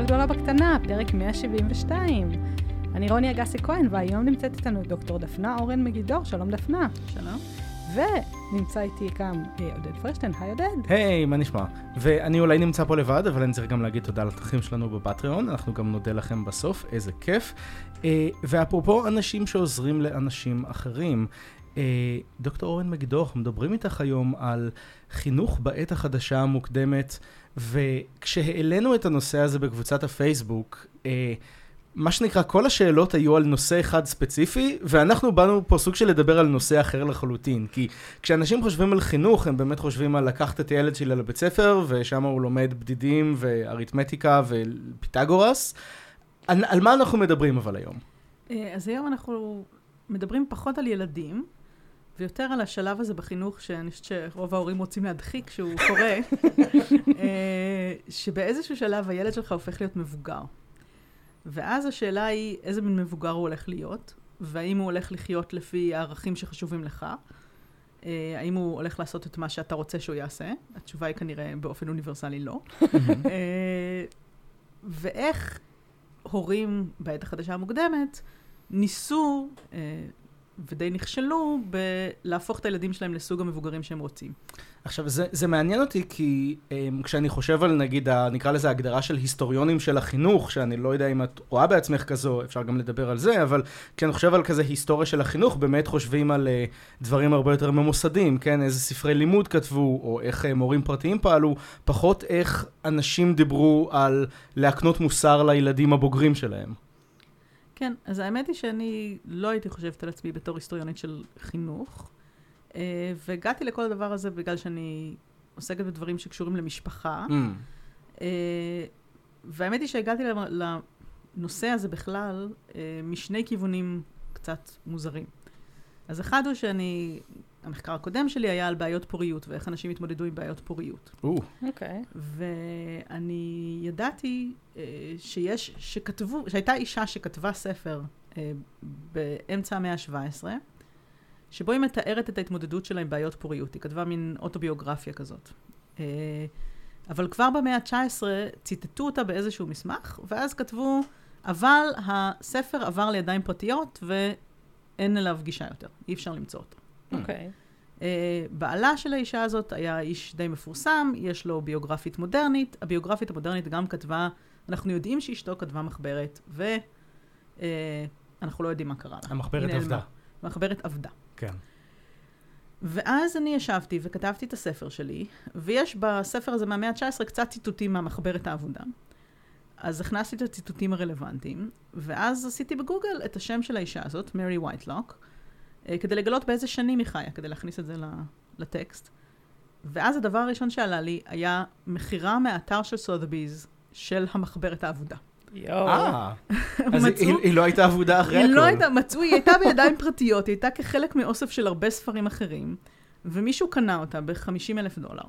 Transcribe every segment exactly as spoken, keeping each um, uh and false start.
גדולה בקטנה, פרק מאה שבעים ושתיים. אני רוני אגסי כהן, והיום נמצאת איתנו דוקטור דפנה אורן מגידור. שלום דפנה. שלום. ונמצא איתי גם עודד פרשטיין. היי עודד. היי, מה נשמע? ואני אולי נמצא פה לבד, אבל אני צריך גם להגיד תודה לתכנים שלנו בפטריון, אנחנו גם נודה לכם בסוף, איזה כיף. ואפרופו אנשים שעוזרים לאנשים אחרים, דוקטור אורן מגידור, מדברים איתך היום על חינוך בעת החדשה המוקדמת, וכשהעלינו את הנושא הזה בקבוצת הפייסבוק, מה שנקרא, כל השאלות היו על נושא אחד ספציפי, ואנחנו באנו פה סוג של לדבר על נושא אחר לחלוטין. כי כשאנשים חושבים על חינוך, הם באמת חושבים על לקחת את הילד שלי לבית ספר, ושם הוא לומד בדידים ואריתמטיקה ופיתגורס. על, על מה אנחנו מדברים אבל היום? אז היום אנחנו מדברים פחות על ילדים, ויותר על השלב הזה בחינוך, שאני חושבת שרוב ההורים רוצים להדחיק שהוא קורה, שבאיזשהו שלב הילד שלך הופך להיות מבוגר. ואז השאלה היא איזה מין מבוגר הוא הולך להיות, והאם הוא הולך לחיות לפי הערכים שחשובים לך, האם הוא הולך לעשות את מה שאתה רוצה שהוא יעשה, התשובה היא כנראה באופן אוניברסלי לא. ואיך הורים בעת החדשה המוקדמת ניסו ודי נכשלו בלהפוך את הילדים שלהם לסוג המבוגרים שהם רוצים. עכשיו, זה, זה מעניין אותי כי um, כשאני חושב על, נגיד, ה, נקרא לזה הגדרה של היסטוריונים של החינוך, שאני לא יודע אם את רואה בעצמך כזו, אפשר גם לדבר על זה, אבל כשאני חושב על כזה היסטוריה של החינוך, באמת חושבים על uh, דברים הרבה יותר ממוסדים, כן? איזה ספרי לימוד כתבו, או איך uh, מורים פרטיים פעלו, פחות איך אנשים דיברו על להקנות מוסר לילדים הבוגרים שלהם. כן, אז האמת היא שאני לא הייתי חושבת על עצמי בתור היסטוריונית של חינוך, Uh, והגעתי לכל הדבר הזה בגלל שאני עוסקת בדברים שקשורים למשפחה. Mm. Uh, והאמת היא שהגעתי לנושא הזה בכלל uh, משני כיוונים קצת מוזרים. אז אחד הוא שאני, המחקר הקודם שלי היה על בעיות פוריות, ואיך אנשים התמודדו עם בעיות פוריות. אוקיי. Okay. ואני ידעתי uh, שיש, שכתבו, שהייתה אישה שכתבה ספר uh, באמצע המאה ה-שבע עשרה, שבו היא מתארת את ההתמודדות שלה עם בעיות פוריות. היא כתבה מין אוטוביוגרפיה כזאת. אבל כבר במאה ה-תשע עשרה ציטטו אותה באיזשהו מסמך, ואז כתבו, אבל הספר עבר לידיים פרטיות, ואין אליו גישה יותר. אי אפשר למצוא אותו. אוקיי. Okay. בעלה של האישה הזאת היה איש די מפורסם, יש לו ביוגרפית מודרנית. הביוגרפית המודרנית גם כתבה, אנחנו יודעים שאשתו כתבה מחברת, ואנחנו לא יודעים מה קרה לה. המחברת עבדה. המחברת עבדה. כן. ואז אני ישבתי וכתבתי את הספר שלי, ויש בספר הזה מהמאה ה-תשע עשרה קצת ציטוטים מהמחברת העבודה. אז הכנסתי את הציטוטים הרלוונטיים, ואז עשיתי בגוגל את השם של האישה הזאת, מרי וייטלוק, כדי לגלות באיזה שנים היא חיה, כדי להכניס את זה לטקסט. ואז הדבר הראשון שעלה לי היה מחירה מהאתר של סות'ביז של המחברת העבודה. אה, אז היא לא הייתה עבודה אחרי הכל. היא לא הייתה, מצאו, היא הייתה בידיים פרטיות, היא הייתה כחלק מאוסף של הרבה ספרים אחרים, ומישהו קנה אותה ב-חמישים אלף דולר.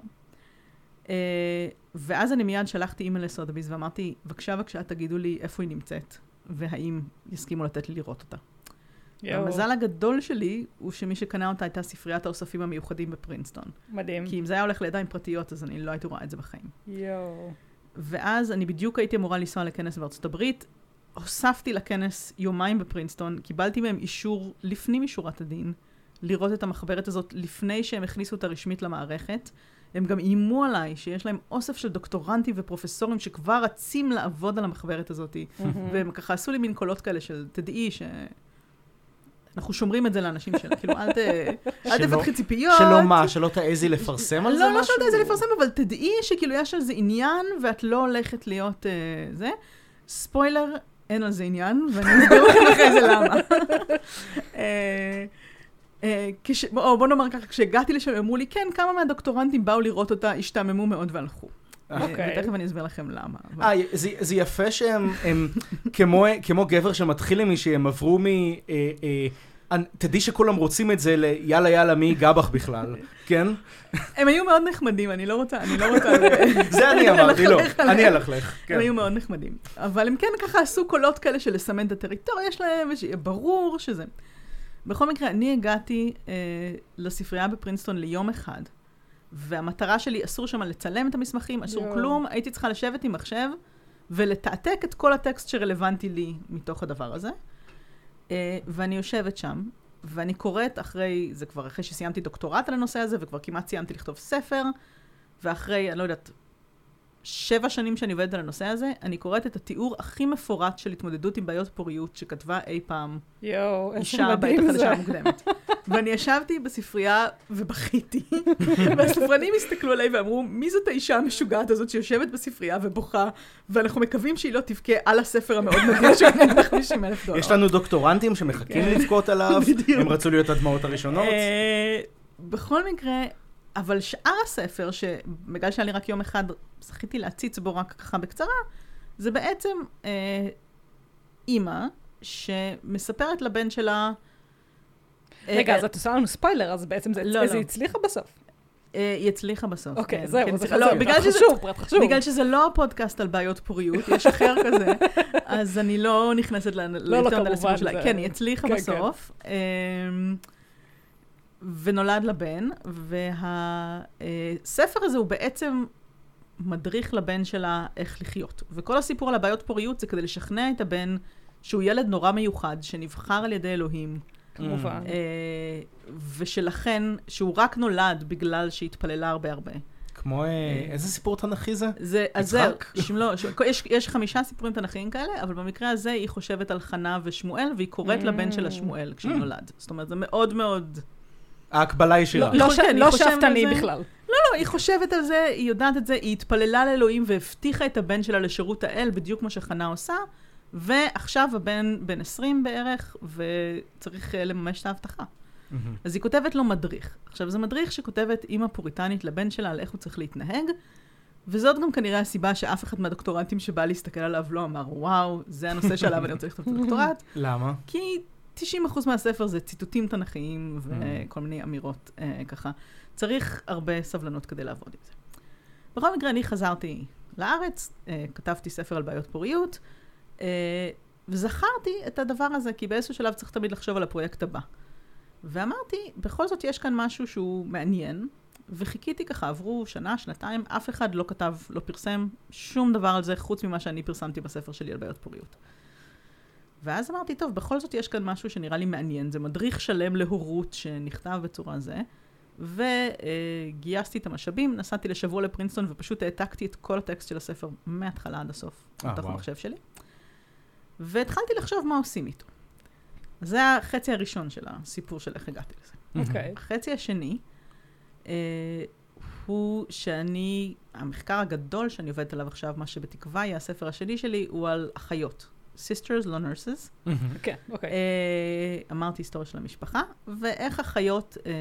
ואז אני מיד שלחתי אימייל לסות'ביז, ואמרתי, בבקשה, בבקשה, תגידו לי איפה היא נמצאת, והאם יסכימו לתת לי לראות אותה. המזל הגדול שלי הוא שמי שקנה אותה הייתה ספריית האוספים המיוחדים בפרינסטון. מדהים. כי אם זה היה הולך לידיים פרטיות, אז אני לא הייתי רואה את זה בחיים. יואו. ואז אני בדיוק הייתי אמורה לנסוע לכנס בארצות הברית, הוספתי לכנס יומיים בפרינסטון, קיבלתי מהם אישור, לפנים משורת הדין, לראות את המחברת הזאת לפני שהם הכניסו אותה רשמית למערכת. הם גם איימו עליי שיש להם אוסף של דוקטורנטים ופרופסורים שכבר רצים לעבוד על המחברת הזאת, והם ככה עשו לי מין קולות כאלה של תדעי ש... אנחנו שומרים את זה לאנשים שלה, כאילו, אל תפתחי ציפיות. שלא מה, שלא תעזי לפרסם על זה משהו? לא, לא שלא תעזי לפרסם, אבל תדעי שכאילו יש על זה עניין, ואת לא הולכת להיות זה. ספוילר, אין על זה עניין, ואני אסביר לכם אחרי זה למה. בוא נאמר ככה, כשהגעתי לשם, אמרו לי, כן, כמה מהדוקטורנטים באו לראות אותה, השתעממו מאוד והלכו. ותכף אני אסביר לכם למה. אה, זה יפה שהם, כמו גבר שמתחיל עם מישהי, הם עברו מ... תדעי שכולם רוצים את זה ליאללה יאללה מי ייגע בך בכלל, כן? הם היו מאוד נחמדים, אני לא רוצה, אני לא רוצה... זה אני אמרתי, לא, אני אלכלך. הם היו מאוד נחמדים. אבל הם כן ככה עשו קולות כאלה של לסמן את הטריטוריה שלהם, ושיהיה ברור שזה. בכל מקרה, אני הגעתי לספרייה בפרינסטון ליום אחד, והמטרה שלי, אסור שם לצלם את המסמכים, אסור כלום, הייתי צריכה לשבת עם מחשב, ולתעתק את כל הטקסט שרלוונטי לי מתוך הדבר הזה. ואני יושבת שם, ואני קוראת אחרי, זה כבר אחרי שסיימתי דוקטורט על הנושא הזה, וכבר כמעט סיימתי לכתוב ספר, ואחרי, אני לא יודעת, שבע שנים שאני עובדת על הנושא הזה, אני קוראת את התיאור הכי מפורט של התמודדות עם בעיות פוריות שכתבה אי פעם יו, אישה בעת החדשה המוקדמת. ואני ישבתי בספרייה ובכיתי, והספרנים הסתכלו עליי ואמרו, מי זאת האישה המשוגעת הזאת שיושבת בספרייה ובוכה, ואנחנו מקווים שהיא לא תבכה על הספר המאוד נדיר שקנה חמישים אלף דולר. יש לנו דוקטורנטים שמחכים לבכות עליו, הם רצו להיות הדמעות הראשונות. בכל מקרה, אבל שאר הספר, שבגלל שהיה לי רק יום אחד, זכיתי להציץ בו רק ככה בקצרה, זה בעצם אה, אימא שמספרת לבן שלה... רגע, אה, אז את עושה לנו ספיילר, אז בעצם זה, לא, זה לא. הצליחה בסוף. אה, היא הצליחה בסוף. אוקיי, כן, זהו, כן, זה הצליחה. לא, חשוב, בגלל פרט שזה- חשוב, פרט חשוב. בגלל שזה לא פודקאסט על בעיות פוריות, יש אחר כזה, אז אני לא נכנסת ל- לא, ליותר מדי כמובן, לסיפור שלה. זה- כן, היא הצליחה כן, בסוף. אמ, ונולד לבן, והספר הזה הוא בעצם מדריך לבן שלה איך לחיות. וכל הסיפור על הבעיות פוריות זה כדי לשכנע את הבן שהוא ילד נורא מיוחד, שנבחר על ידי אלוהים, כמובן. אה, ושלכן, שהוא רק נולד בגלל שהתפללה הרבה הרבה. כמו, אה, איזה סיפור תנכי זה? זה, אז זהו, יצחק? שמלו, ש... יש, יש חמישה סיפורים תנכיים כאלה, אבל במקרה הזה היא חושבת על חנה ושמואל, והיא קוראת Mm. לבן שלה שמואל כשהוא נולד. זאת אומרת, זה מאוד מאוד... ההקבלה ישירה. לא, לא כן, ש- היא לא חושבת שאפתני על זה. בכלל. לא, לא, היא חושבת על זה, היא יודעת את זה, היא התפללה לאלוהים והבטיחה את הבן שלה לשירות האל, בדיוק כמו שחנה עושה, ועכשיו הבן בן עשרים בערך, וצריך אה, לממש את ההבטחה. מהמם. אז היא כותבת לו מדריך. עכשיו, זה מדריך שכותבת אימא פוריטנית לבן שלה על איך הוא צריך להתנהג, וזאת גם כנראה הסיבה שאף אחד מהדוקטורנטים שבא להסתכל עליו לא אמר, וואו, זה הנושא שעליו אני רוצה לכתוב את הדוקטורט, למה? כי תשעים אחוז מהספר זה ציטוטים תנכיים וכל מיני אמירות אה, ככה. צריך הרבה סבלנות כדי לעבוד עם זה. בכל מקרה, אני חזרתי לארץ, אה, כתבתי ספר על בעיות פוריות, אה, וזכרתי את הדבר הזה, כי באיזשהו שלב צריך תמיד לחשוב על הפרויקט הבא. ואמרתי, בכל זאת יש כאן משהו שהוא מעניין, וחיכיתי ככה, עברו שנה, שנתיים, אף אחד לא כתב, לא פרסם שום דבר על זה, חוץ ממה שאני פרסמתי בספר שלי על בעיות פוריות. ואז אמרתי, טוב, בכל זאת יש כאן משהו שנראה לי מעניין, זה מדריך שלם להורות שנכתב בצורה זה, וגייסתי את המשאבים, נסעתי לשבוע לפרינסטון, ופשוט העתקתי את כל הטקסט של הספר מההתחלה עד הסוף, אה, בתוך וואו. המחשב שלי, והתחלתי לחשוב מה עושים איתו. זה החצי הראשון של הסיפור של איך הגעתי לזה. אוקיי. החצי השני, אה, הוא שאני, המחקר הגדול שאני עובדת עליו עכשיו, מה שבתקווה יהיה הספר השני שלי, הוא על אחיות. Sisters, לא nurses. מהמם. כן, אוקיי. אה, אמרתי היסטוריה של המשפחה, ואיך אחיות, אה,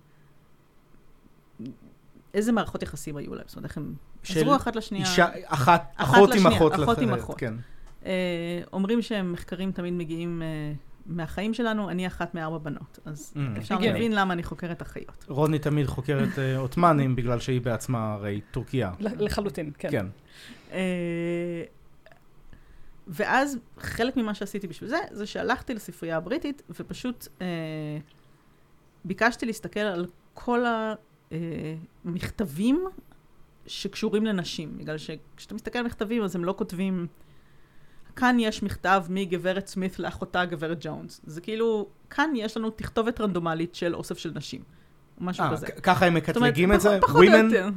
איזה מערכות יחסים היו להם. זאת אומרת, איך הם של עזרו אחת לשנייה. אישה, אחת, אחת אחות עם לשנייה, אחות. אחות עם לחלק, אחות. כן. אה, אומרים שהם מחקרים תמיד מגיעים אה, מהחיים שלנו, אני אחת מארבע בנות. אז Mm. אפשר הגיוני. להבין למה אני חוקרת אחיות. רוני תמיד חוקרת אה, עות'מאנים, בגלל שהיא בעצמה הרי טורקיה. ל- לחלוטין, כן. כן. אה, ואז חלק ממה שעשיתי בשביל זה, זה שהלכתי לספרייה הבריטית, ופשוט אה, ביקשתי להסתכל על כל המכתבים שקשורים לנשים, בגלל שכשאתה מסתכל על מכתבים, אז הם לא כותבים, כאן יש מכתב מגברת סמית לאחותה גברת ג'ונס. זה כאילו, כאן יש לנו תכתובת רנדומלית של אוסף של נשים. או משהו אה, כזה. כ- ככה הם זאת אומרת, מקטלגים את זה? פחות או Women? יותר.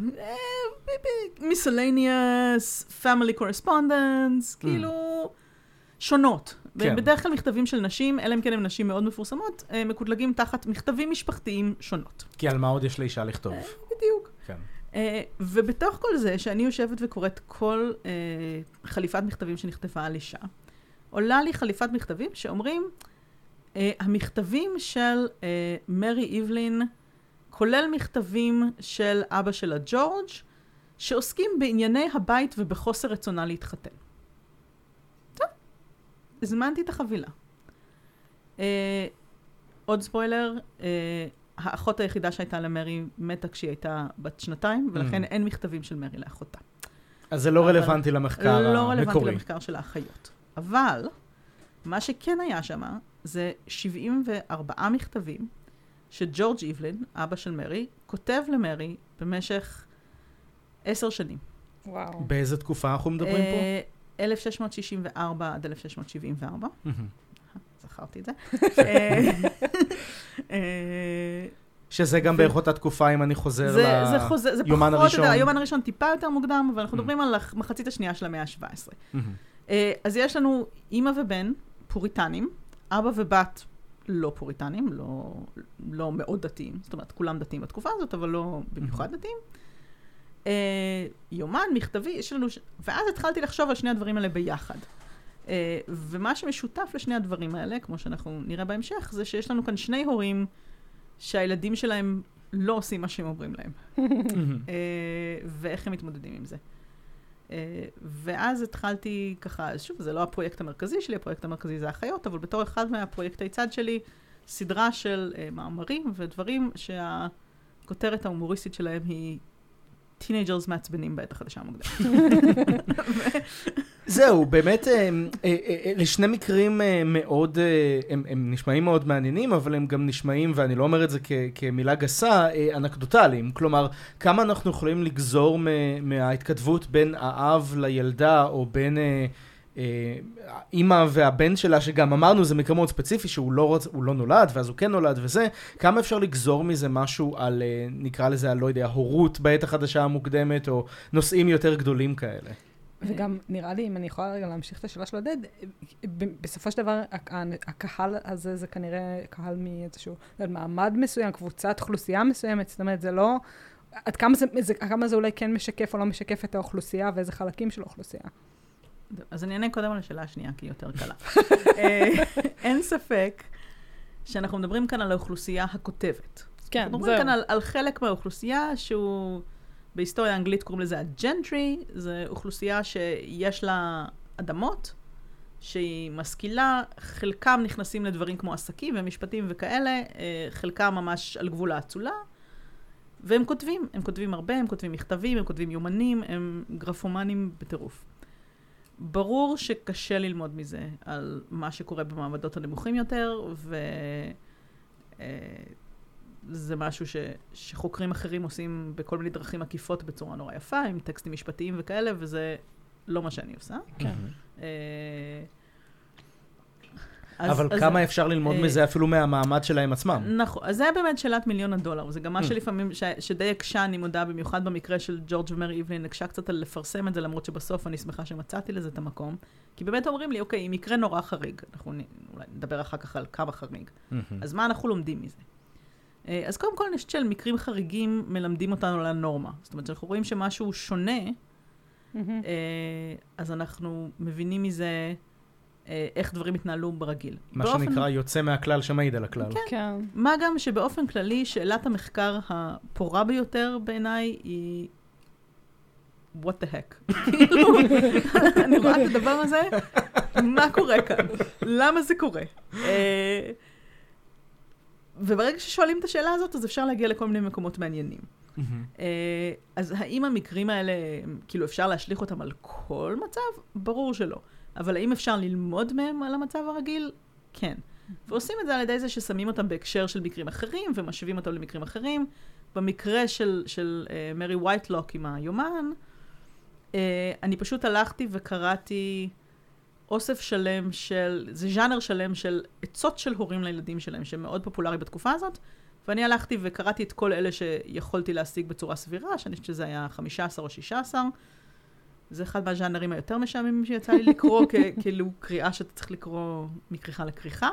מיסלניאס, family correspondence, כאילו שונות. כן. בדרך כלל מכתבים של נשים, אלא אם כן הם נשים מאוד מפורסמות, אה, מקוטלגים תחת מכתבים משפחתיים שונות. כי על מה עוד יש לאישה לכתוב? בדיוק. כן. אה, ובתוך כל זה, שאני יושבת וקוראת כל אה, חליפת מכתבים שנכתבה על אישה, עולה לי חליפת מכתבים שאומרים, אה, המכתבים של אה, מרי איבלין, כולל מכתבים של אבא שלה ג'ורג', שעוסקים בענייני הבית ובחוסר רצונה להתחתן. טוב, הזמנתי את החבילה. אה, עוד ספוילר, אה, האחות היחידה שהייתה למרי מתה כשהיא הייתה בת שנתיים, ולכן Mm. אין מכתבים של מרי לאחותה. אז זה לא אבל- רלוונטי למחקר לא רלוונטי המקורי. למחקר של האחיות. אבל, מה שכן היה שם, זה שבעים וארבעה מכתבים שג'ורג' איבלין, אבא של מרי, כותב למרי במשך עשר שנים. וואו. באיזה תקופה אנחנו מדברים פה? אה, אלף שש מאות שישים וארבע עד אלף שש מאות שבעים וארבע. זכרתי את זה. שזה גם בערך אותה תקופה, אם אני חוזר ליומן הראשון. היומן הראשון טיפה יותר מוקדם, אבל אנחנו מדברים על המחצית השנייה של המאה ה-שבע עשרה. אז יש לנו אמא ובן, פוריטנים, אבא ובת לא פוריטנים, לא, לא מאוד דתיים. זאת אומרת, כולם דתיים בתקופה הזאת, אבל לא במיוחד דתיים. יומן, מכתבי, יש לנו... ואז התחלתי לחשוב על שני הדברים האלה ביחד. ומה שמשותף לשני הדברים האלה, כמו שאנחנו נראה בהמשך, זה שיש לנו כאן שני הורים שהילדים שלהם לא עושים מה שהם אומרים להם. ואיך הם מתמודדים עם זה. ואז התחלתי ככה, שוב, זה לא הפרויקט המרכזי שלי, הפרויקט המרכזי זה החיות, אבל בתור אחד מהפרויקטי צד שלי, סדרה של מאמרים ודברים שהכותרת ההומוריסטית שלהם היא טינג'רס מעצבנים בעת החדשה המוקדמת. זהו, באמת, לשני מקרים מאוד, הם נשמעים מאוד מעניינים, אבל הם גם נשמעים, ואני לא אומר את זה כמילה גסה, אנקדוטליים. כלומר, כמה אנחנו יכולים לגזור מההתכתבות בין האב לילדה, או בין האמא והבן שלה, שגם אמרנו, זה מקרה מאוד ספציפי, שהוא לא, הוא לא נולד, ואז הוא כן נולד, וזה, כמה אפשר לגזור מזה משהו על, נקרא לזה, לא יודע, הורות בעת החדשה המוקדמת, או נושאים יותר גדולים כאלה. וגם נראה לי, אם אני יכולה רגע להמשיך את השאלה של הדד, בסופו של דבר, הקהל הזה זה כנראה קהל מאיזשהו מעמד מסוים, קבוצת אוכלוסייה מסוימת, זאת אומרת, זה לא, עד כמה זה, זה, כמה זה אולי כן משקף או לא משקף את האוכלוסייה, ואיזה חלקים של האוכלוסייה. אז אני אענה קודם על השאלה השנייה, כי היא יותר קלה. אין ספק שאנחנו מדברים כאן על האוכלוסייה הכותבת. כן, אנחנו מדברים כאן על, על חלק מהאוכלוסייה שהוא... בהיסטוריה האנגלית קוראים לזה הג'נטרי, זו אוכלוסייה שיש לה אדמות, שהיא משכילה, חלקם נכנסים לדברים כמו עסקים ומשפטים וכאלה, חלקם ממש על גבול האצולה, והם כותבים, הם כותבים הרבה, הם כותבים מכתבים, הם כותבים יומנים, הם גרפומנים בטירוף. ברור שקשה ללמוד מזה על מה שקורה במעמדות הנמוכים יותר, ו... זה משהו ש, שחוקרים אחרים עושים בכל מיני דרכים עקיפות בצורה נורא יפה, עם טקסטים משפטיים וכאלה, וזה לא מה שאני עושה. כן. אבל כמה אפשר ללמוד מזה אפילו מהמעמד שלהם עצמם? נכון, אז זה באמת שאלת מיליון הדולר. זה גם מה שלפעמים, שדי הקשה, אני מודה, במיוחד במקרה של ג'ורג' ומרי איבלין, הקשה קצת על לפרסם את זה, למרות שבסוף אני שמחה שמצאתי לזה את המקום. כי באמת אומרים לי, אוקיי, אם מקרה נורא חריג, אנחנו אולי נדבר אחר כך על כמה חריג. אז מה אנחנו לומדים מזה? אז קודם כל, נשת של מקרים חריגים מלמדים אותנו על הנורמה. זאת אומרת, אנחנו רואים שמשהו שונה, אז אנחנו מבינים מזה איך דברים התנהלו ברגיל. מה שנקרא יוצא מהכלל שמעיד על הכלל. כן. מה גם שבאופן כללי, שאלת המחקר הפורה ביותר בעיניי היא what the heck. כאילו, אני רואה את הדבר הזה, מה קורה כאן? למה זה קורה? וברגע ששואלים את השאלה הזאת, אז אפשר להגיע לכל מיני מקומות מעניינים. אז האם המקרים האלה, כאילו אפשר להשליך אותם על כל מצב? ברור שלא. אבל האם אפשר ללמוד מהם על המצב הרגיל? כן. ועושים את זה על ידי זה ששמים אותם בהקשר של מקרים אחרים, ומשווים אותם למקרים אחרים. במקרה של, של uh, מרי וייטלוק עם היומן, uh, אני פשוט הלכתי וקראתי אוסף שלם של, זה ז'אנר שלם של עצות של הורים לילדים שלהם, שמאוד פופולרי בתקופה הזאת, ואני הלכתי וקראתי את כל אלה שיכולתי להשיג בצורה סבירה, שאני חושבת שזה היה חמישה עשר או שישה עשר. זה אחד מהז'אנרים היותר משעממים שיצא לי לקרוא, כאילו קריאה שאתה צריך לקרוא מכריכה לכריכה.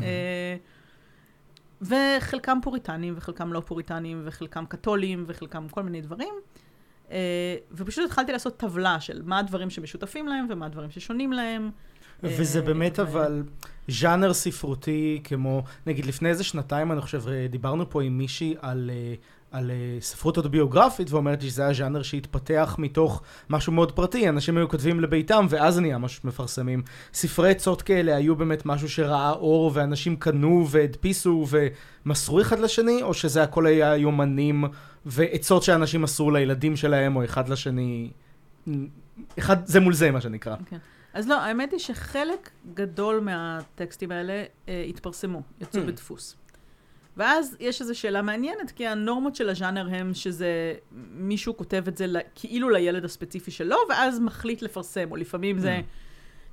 וחלקם פוריטנים, וחלקם לא פוריטנים, וחלקם קתולים, וחלקם כל מיני דברים. ופשוט התחלתי לעשות טבלה של מה הדברים שמשותפים להם, ומה הדברים ששונים להם. וזה באמת אבל ז'אנר ספרותי כמו, נגיד לפני איזה שנתיים אני חושב, דיברנו פה עם מישהי על, על ספרות אוטוביוגרפית, ואומרת לי שזה היה ז'אנר שהתפתח מתוך משהו מאוד פרטי, אנשים היו כותבים לביתם, ואז נהיה משהו מפרסמים. ספרי עצות כאלה היו באמת משהו שראה אור, ואנשים קנו והדפיסו ומסרו אחד לשני, או שזה הכל היה יומנים ועצות שאנשים מסרו לילדים שלהם, או אחד לשני, אחד זה מול זה מה שנקרא. כן. אז לא, האמת היא שחלק גדול מהטקסטים האלה אה, התפרסמו, יצאו mm. בדפוס. ואז יש איזו שאלה מעניינת, כי הנורמות של הז'אנר הם שזה, מישהו כותב את זה כאילו לילד הספציפי שלו, ואז מחליט לפרסם, או לפעמים mm. זה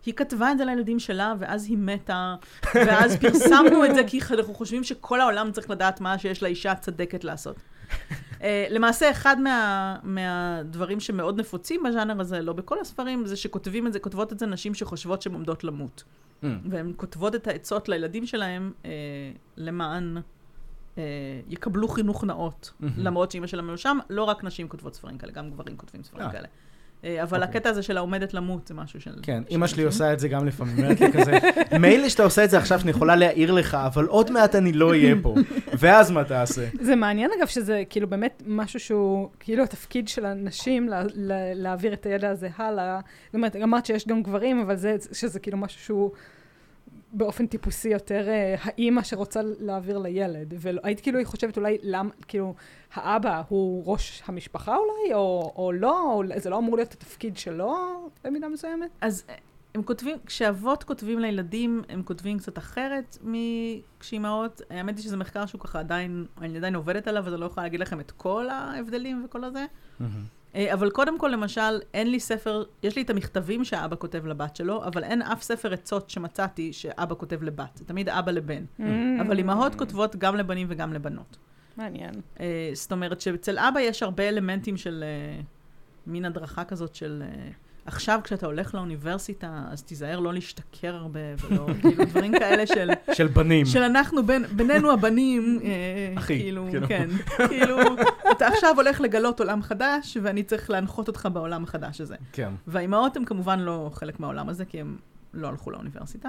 היא כתבה את זה לילדים שלה, ואז היא מתה, ואז פרסמנו את זה, כי אנחנו חושבים שכל העולם צריך לדעת מה שיש לאישה צדקת לעשות. Uh, למעשה, אחד מה, מהדברים שמאוד נפוצים בז'אנר הזה, לא בכל הספרים, זה שכותבים את זה, כותבות את זה נשים שחושבות שהן עומדות למות. Mm. והן כותבות את העצות לילדים שלהם uh, למען uh, יקבלו חינוך נאות, mm-hmm. למרות שאמא שלהם לא שם, לא רק נשים כותבות ספרים כאלה, גם גברים כותבים ספרים yeah. כאלה. אבל הקטע הזה של העומדת למות זה משהו של... כן, אמא שלי עושה את זה גם לפעמים, אומרת לי כזה, מילא שאתה עושה את זה עכשיו שאני יכולה להעיר לך, אבל עוד מעט אני לא אהיה פה, ואז מה תעשה? זה מעניין אגב שזה כאילו באמת משהו שהוא, כאילו התפקיד של הנשים להעביר את הידע הזה הלאה, זאת אומרת, אמרת שיש גם גברים, אבל שזה כאילו משהו שהוא באופן טיפוסי יותר האמא שרוצה להעביר לילד, והייתי כאילו חושבת אולי למה, כאילו, האבא הוא ראש המשפחה אולי, או, או לא, או זה לא אמור להיות התפקיד שלו במידה מסוימת? אז הם כותבים, כשאבות כותבים לילדים, הם כותבים קצת אחרת מכשאימהות. האמת היא שזה מחקר שהוא ככה עדיין, אני עדיין עובדת עליו, אז אני לא יכולה להגיד לכם את כל ההבדלים וכל הזה. אבל קודם כל, למשל, אין לי ספר, יש לי את המכתבים שהאבא כותב לבת שלו, אבל אין אף ספר עצות שמצאתי שאבא כותב לבת. זה תמיד אבא לבן. אבל אמהות כותבות גם לבנים וגם לבנות. מעניין. זאת אומרת שאצל אבא יש הרבה אלמנטים של מין הדרכה כזאת של עכשיו כשאתה הולך לאוניברסיטה, אז תיזהר לא להשתכר הרבה, ולא כאילו דברים כאלה של... של בנים. של אנחנו, בינינו הבנים, אחי, כאילו, כן. כאילו, אתה עכשיו הולך לגלות עולם חדש, ואני צריך להנחות אותך בעולם החדש הזה. כן. והאימהות הן כמובן לא חלק מהעולם הזה, כי הם לא הלכו לאוניברסיטה.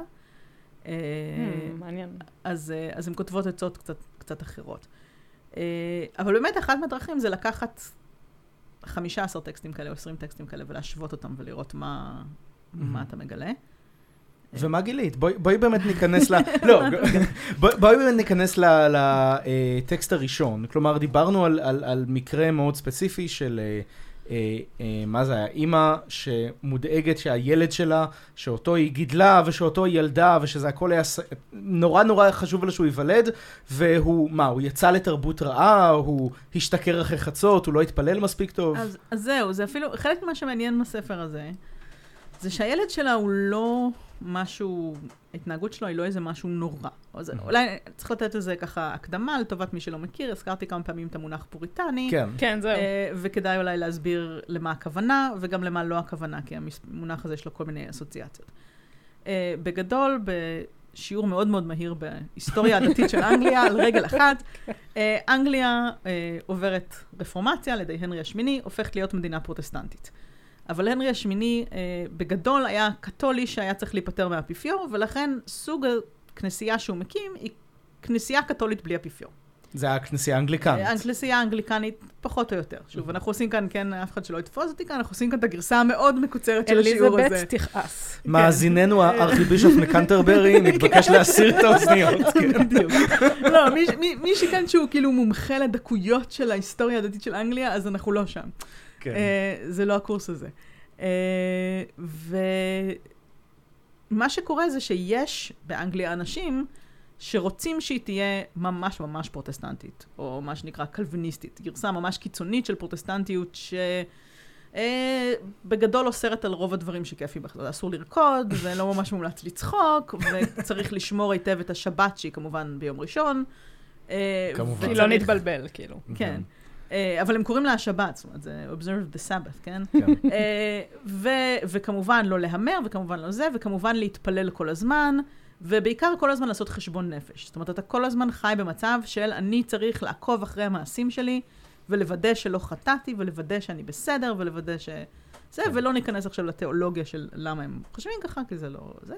מעניין. אז הן כותבות עצות קצת אחרות. אבל באמת, אחת מהדרכים זה לקחת חמישה עשר טקסטים כאלה או עשרים טקסטים כאלה ולהשוות אותם ולראות מה, מה אתה מגלה. ומה גילית? בואי, בואי באמת ניכנס ל... לא, בואי, בואי באמת ניכנס לטקסט הראשון. כלומר, דיברנו על, על, על מקרה מאוד ספציפי של... אה, אה, מה זה היה? אימא שמודאגת שהילד שלה, שאותו היא גידלה ושאותו היא ילדה ושזה הכל היה נורא נורא חשוב לה שהוא ייוולד, והוא, מה, הוא יצא לתרבות רעה, הוא השתכר אחרי חצות, הוא לא התפלל מספיק טוב. אז, אז זהו, זה אפילו, חלק ממה שמעניין בספר הזה, זה שהילד שלה הוא לא משהו, ההתנהגות שלו היא לא איזה משהו נורא. אז אולי צריך לתת לזה ככה הקדמה לטובת מי שלא מכיר, הזכרתי כמה פעמים את המונח פוריטני. כן. כן, זהו. וכדאי אולי להסביר למה הכוונה, וגם למה לא הכוונה, כי המונח הזה יש לו כל מיני אסוציאציות. בגדול, בשיעור מאוד מאוד מהיר בהיסטוריה הדתית של אנגליה, על רגל אחת, אנגליה עוברת רפורמציה על ידי הנרי השמיני, הופכת להיות מדינה פרוטסטנטית. אבל הנרי השמיני אה, בגדול היה קתולי שהיה צריך להיפטר מהאפיפיור, ולכן סוג הכנסייה שהוא מקים היא כנסייה קתולית בלי אפיפיור. זה הכנסייה האנגליקנית. הכנסייה האנגליקנית פחות או יותר. שוב, אנחנו עושים כאן, כן, אף אחד שלא יתפוס אותי כאן, אנחנו עושים כאן את הגרסה המאוד מקוצרת של השיעור הזה. אליזבת תכעס. מאזיננו הארכיבישוף מקנטרברי מתבקש להסיר את האוזניות. בדיוק. לא, מי שכאן שהוא כאילו מומחה לדקויות של ההיסטוריה הדתית של אנגליה, אז אנחנו לא שם. זה לא הקורס הזה. ומה שקורה זה שיש באנגליה אנשים שרוצים שהיא תהיה ממש ממש פרוטסטנטית, או מה שנקרא קלוויניסטית, גרסה ממש קיצונית של פרוטסטנטיות שבגדול אוסרת על רוב הדברים שכיפי בכלל. אסור לרקוד, ולא ממש מומלץ לצחוק, וצריך לשמור היטב את השבת שהיא כמובן ביום ראשון. כמובן. כי לא נתבלבל, כאילו. כן. אבל הם קוראים לה השבת, זאת אומרת, זה observe the Sabbath, כן? וכמובן לא להמר, וכמובן לא זה, וכמובן להתפלל כל הזמן, ובעיקר כל הזמן לעשות חשבון נפש. זאת אומרת, אתה כל הזמן חי במצב של אני צריך לעקוב אחרי המעשים שלי, ולוודא שלא חטאתי, ולוודא שאני בסדר, ולוודא ש... זה, ולא ניכנס עכשיו לתיאולוגיה של למה הם חושבים ככה, כי זה לא זה.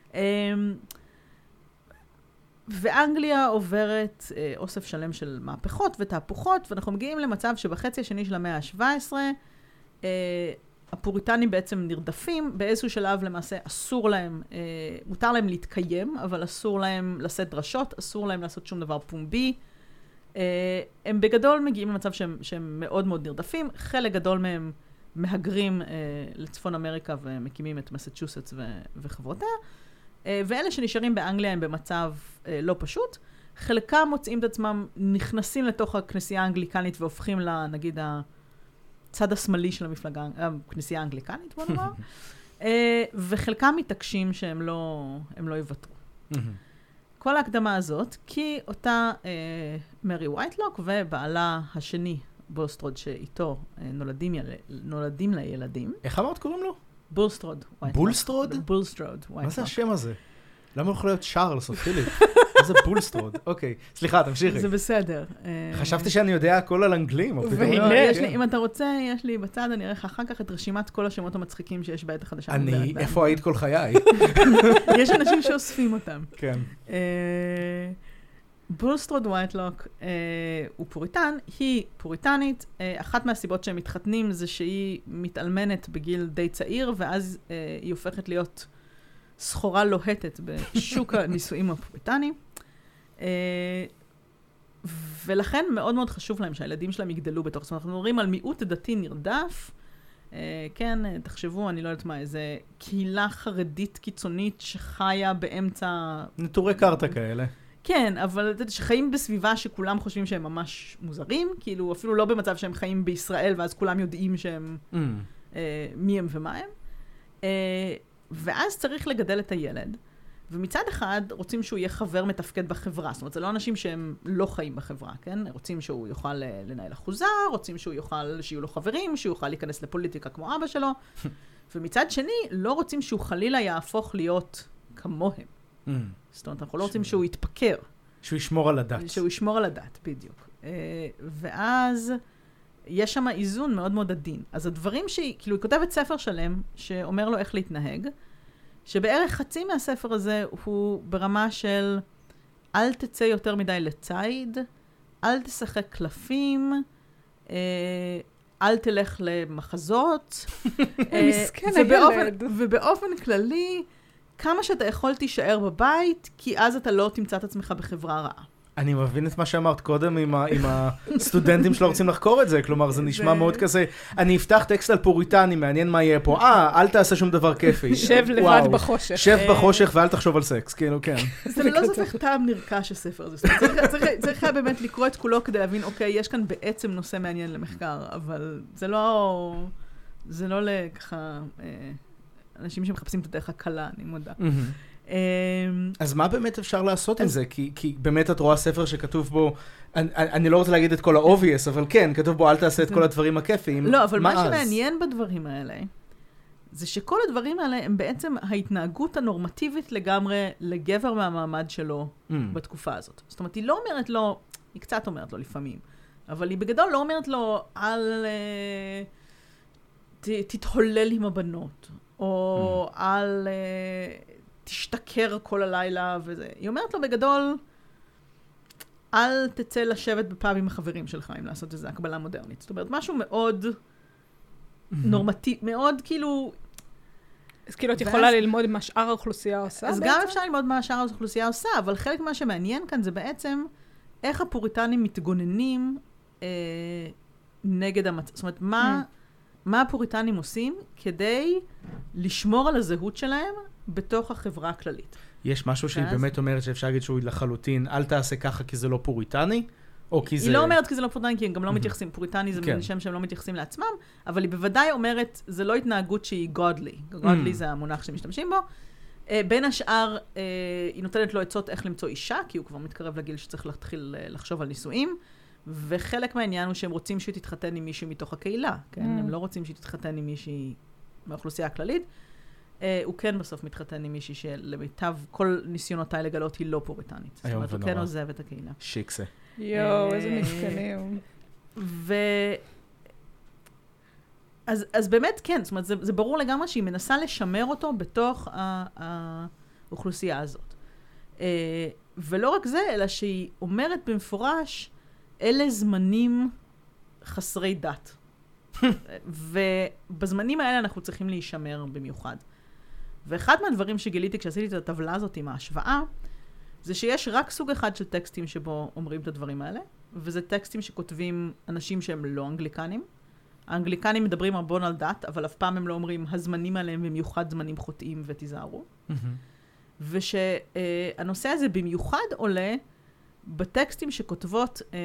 ואנגליה עוברת אה, אוסף שלם של מהפכות ותהפוכות, ואנחנו מגיעים למצב שבחצי השני של המאה ה-שבע עשרה, אה, הפוריטנים בעצם נרדפים, באיזשהו שלב למעשה אסור להם, אה, מותר להם להתקיים, אבל אסור להם לשאת דרשות, אסור להם לעשות שום דבר פומבי. אה, הם בגדול מגיעים למצב שהם, שהם מאוד מאוד נרדפים, חלק גדול מהם מהגרים אה, לצפון אמריקה ומקימים את מסצ'וסטס ו- וחברותיה, ואלה שנשארים באנגליה הם במצב אה, לא פשוט. חלקם מוצאים את עצמם, נכנסים לתוך הכנסייה האנגליקנית והופכים לה, נגיד, הצד השמאלי של המפלגה, הכנסייה האנגליקנית, בוא נאמר. וחלקם מתעקשים שהם לא, הם לא יוותרו. כל ההקדמה הזאת, כי אותה מרי וייטלוק ובעלה השני, בולסטרוד, שאיתו נולדים, נולדים לה ילדים. איך אמרת קוראים לו? בולסטרוד. בולסטרוד? בולסטרוד. מה זה השם הזה? למה יכול להיות שרלס או פיליפ? איזה בולסטרוד. אוקיי, סליחה, תמשיכי. זה בסדר. חשבתי שאני יודע הכל על אנגלים. אם אתה רוצה, יש לי בצד, אני אראה לך אחר כך את רשימת כל השמות המצחיקים שיש בעת החדשה. אני, איפה היית כל חיי? יש אנשים שאוספים אותם. כן. בולסטרוד וייטלוק הוא פוריטן, היא פוריטנית. אחת מהסיבות שהם מתחתנים זה שהיא מתאלמנת בגיל די צעיר, ואז היא הופכת להיות סחורה לוהטת בשוק הנישואים הפוריטני. ולכן מאוד מאוד חשוב להם שהילדים שלהם יגדלו בתוך. זאת אומרת, אנחנו מדברים על מיעוט דתי נרדף. כן, תחשבו, אני לא יודעת מה, איזה קהילה חרדית קיצונית שחיה באמצע... נטורי קרתא כאלה. כן, אבל שחיים בסביבה שכולם חושבים שהם ממש מוזרים, כאילו אפילו לא במצב שהם חיים בישראל, ואז כולם יודעים שהם mm. אה, מי הם ומה הם. אה, ואז צריך לגדל את הילד, ומצד אחד רוצים שהוא יהיה חבר מתפקד בחברה, זאת אומרת, זה לא אנשים שהם לא חיים בחברה, כן? רוצים שהוא יוכל לנהל אחוזה, רוצים שהוא יוכל, שיהיו לו חברים, שהוא יוכל להיכנס לפוליטיקה כמו אבא שלו, ומצד שני, לא רוצים שהוא חלילה יהפוך להיות כמוהם. Mm. זאת אומרת, אנחנו לא רוצים שהוא יתפקר. שהוא ישמור על הדת. שהוא ישמור על הדת, בדיוק. ואז יש שם איזון מאוד מאוד עדין. אז הדברים שהיא, כאילו, היא כותבת ספר שלם, שאומר לו איך להתנהג, שבערך חצי מהספר הזה הוא ברמה של אל תצא יותר מדי לציד, אל תשחק קלפים, אל תלך למחזות. מסכן הילד. ובאופן כללי, כמה שאתה יכול תישאר בבית, כי אז אתה לא תמצא את עצמך בחברה רעה. אני מבין את מה שאמרת קודם עם, ה, עם הסטודנטים שלא רוצים לחקור את זה, כלומר זה נשמע מאוד כזה, אני אפתח טקסט על פוריטני, מעניין מה יהיה פה, אה, אל תעשה שום דבר כיפי. שב לבד בחושך. שב בחושך ואל תחשוב על סקס, כאילו, כן. זה לא זוכר טעם נרכש הספר הזה, צריך היה באמת לקרוא את כולו כדי להבין, אוקיי, יש כאן בעצם נושא מעניין למחקר, אבל זה לא, זה לא לככה, אנשים שמחפשים את הדרך הקלה, אני מודה. אז מה באמת אפשר לעשות עם זה? כי באמת את רואה ספר שכתוב בו, אני לא רוצה להגיד את כל ה-obvious, אבל כן, כתוב בו אל תעשה את כל הדברים הכיפיים. לא, אבל מה שמעניין בדברים האלה, זה שכל הדברים האלה הם בעצם ההתנהגות הנורמטיבית לגמרי לגבר מהמעמד שלו בתקופה הזאת. זאת אומרת, היא לא אומרת לו, היא קצת אומרת לו לפעמים, אבל היא בגדול לא אומרת לו, אל תתהולל עם הבנות, או אל תשתכר כל הלילה וזה. היא אומרת לו בגדול, אל תצא לשבת בפאב עם החברים שלך, אם לעשות איזו הקבלה מודרנית. זאת אומרת, משהו מאוד נורמטיבי, מאוד כאילו... אז כאילו את יכולה ללמוד מה שאר האוכלוסייה עושה? אז גם אפשר ללמוד מה שאר האוכלוסייה עושה, אבל חלק מה שמעניין כאן זה בעצם איך הפוריטנים מתגוננים נגד המצב. זאת אומרת, מה... מה הפוריטנים עושים כדי לשמור על הזהות שלהם בתוך החברה הכללית. יש משהו שהיא באמת אומרת שאפשר להגיד שהוא לחלוטין, אל תעשה ככה כי זה לא פוריטני? או כי זה... היא לא אומרת כי זה לא פוריטני, כי הם גם לא מתייחסים, פוריטני זה מין שם שהם לא מתייחסים לעצמם, אבל היא בוודאי אומרת, זה לא התנהגות שהיא godly. godly זה המונח שמשתמשים בו. בין השאר, היא נותנת לו עצות איך למצוא אישה, כי הוא כבר מתקרב לגיל שצריך להתחיל לחשוב על נישואים. וחלק מהעניין הוא שהם רוצים שהיא תתחתן עם מישהו מתוך הקהילה, כן? Mm. הם לא רוצים שהיא תתחתן עם מישהי מהאוכלוסייה הכללית. Uh, הוא כן בסוף מתחתן עם מישהי שלמיטב כל ניסיונותיי לגלות היא לא פוריטנית. זאת אומרת, הוא כן עוזב את הקהילה. שיקסה. יואו, איזה מסכנים. ו... אז, אז באמת כן, זאת אומרת, זה, זה ברור לגמרי שהיא מנסה לשמר אותו בתוך האוכלוסייה הזאת. Uh, ולא רק זה, אלא שהיא אומרת במפורש, אלה זמנים חסרי דת. ובזמנים האלה אנחנו צריכים להישמר במיוחד. ואחד מהדברים שגיליתי כשעשיתי את הטבלה הזאת עם ההשוואה, זה שיש רק סוג אחד של טקסטים שבו אומרים את הדברים האלה, וזה טקסטים שכותבים אנשים שהם לא אנגליקנים. האנגליקנים מדברים הרבה על דת, אבל אף פעם הם לא אומרים, הזמנים האלה הם במיוחד זמנים חוטאים ותיזהרו. ושהנושא הזה במיוחד עולה בטקסטים שכותבות אה,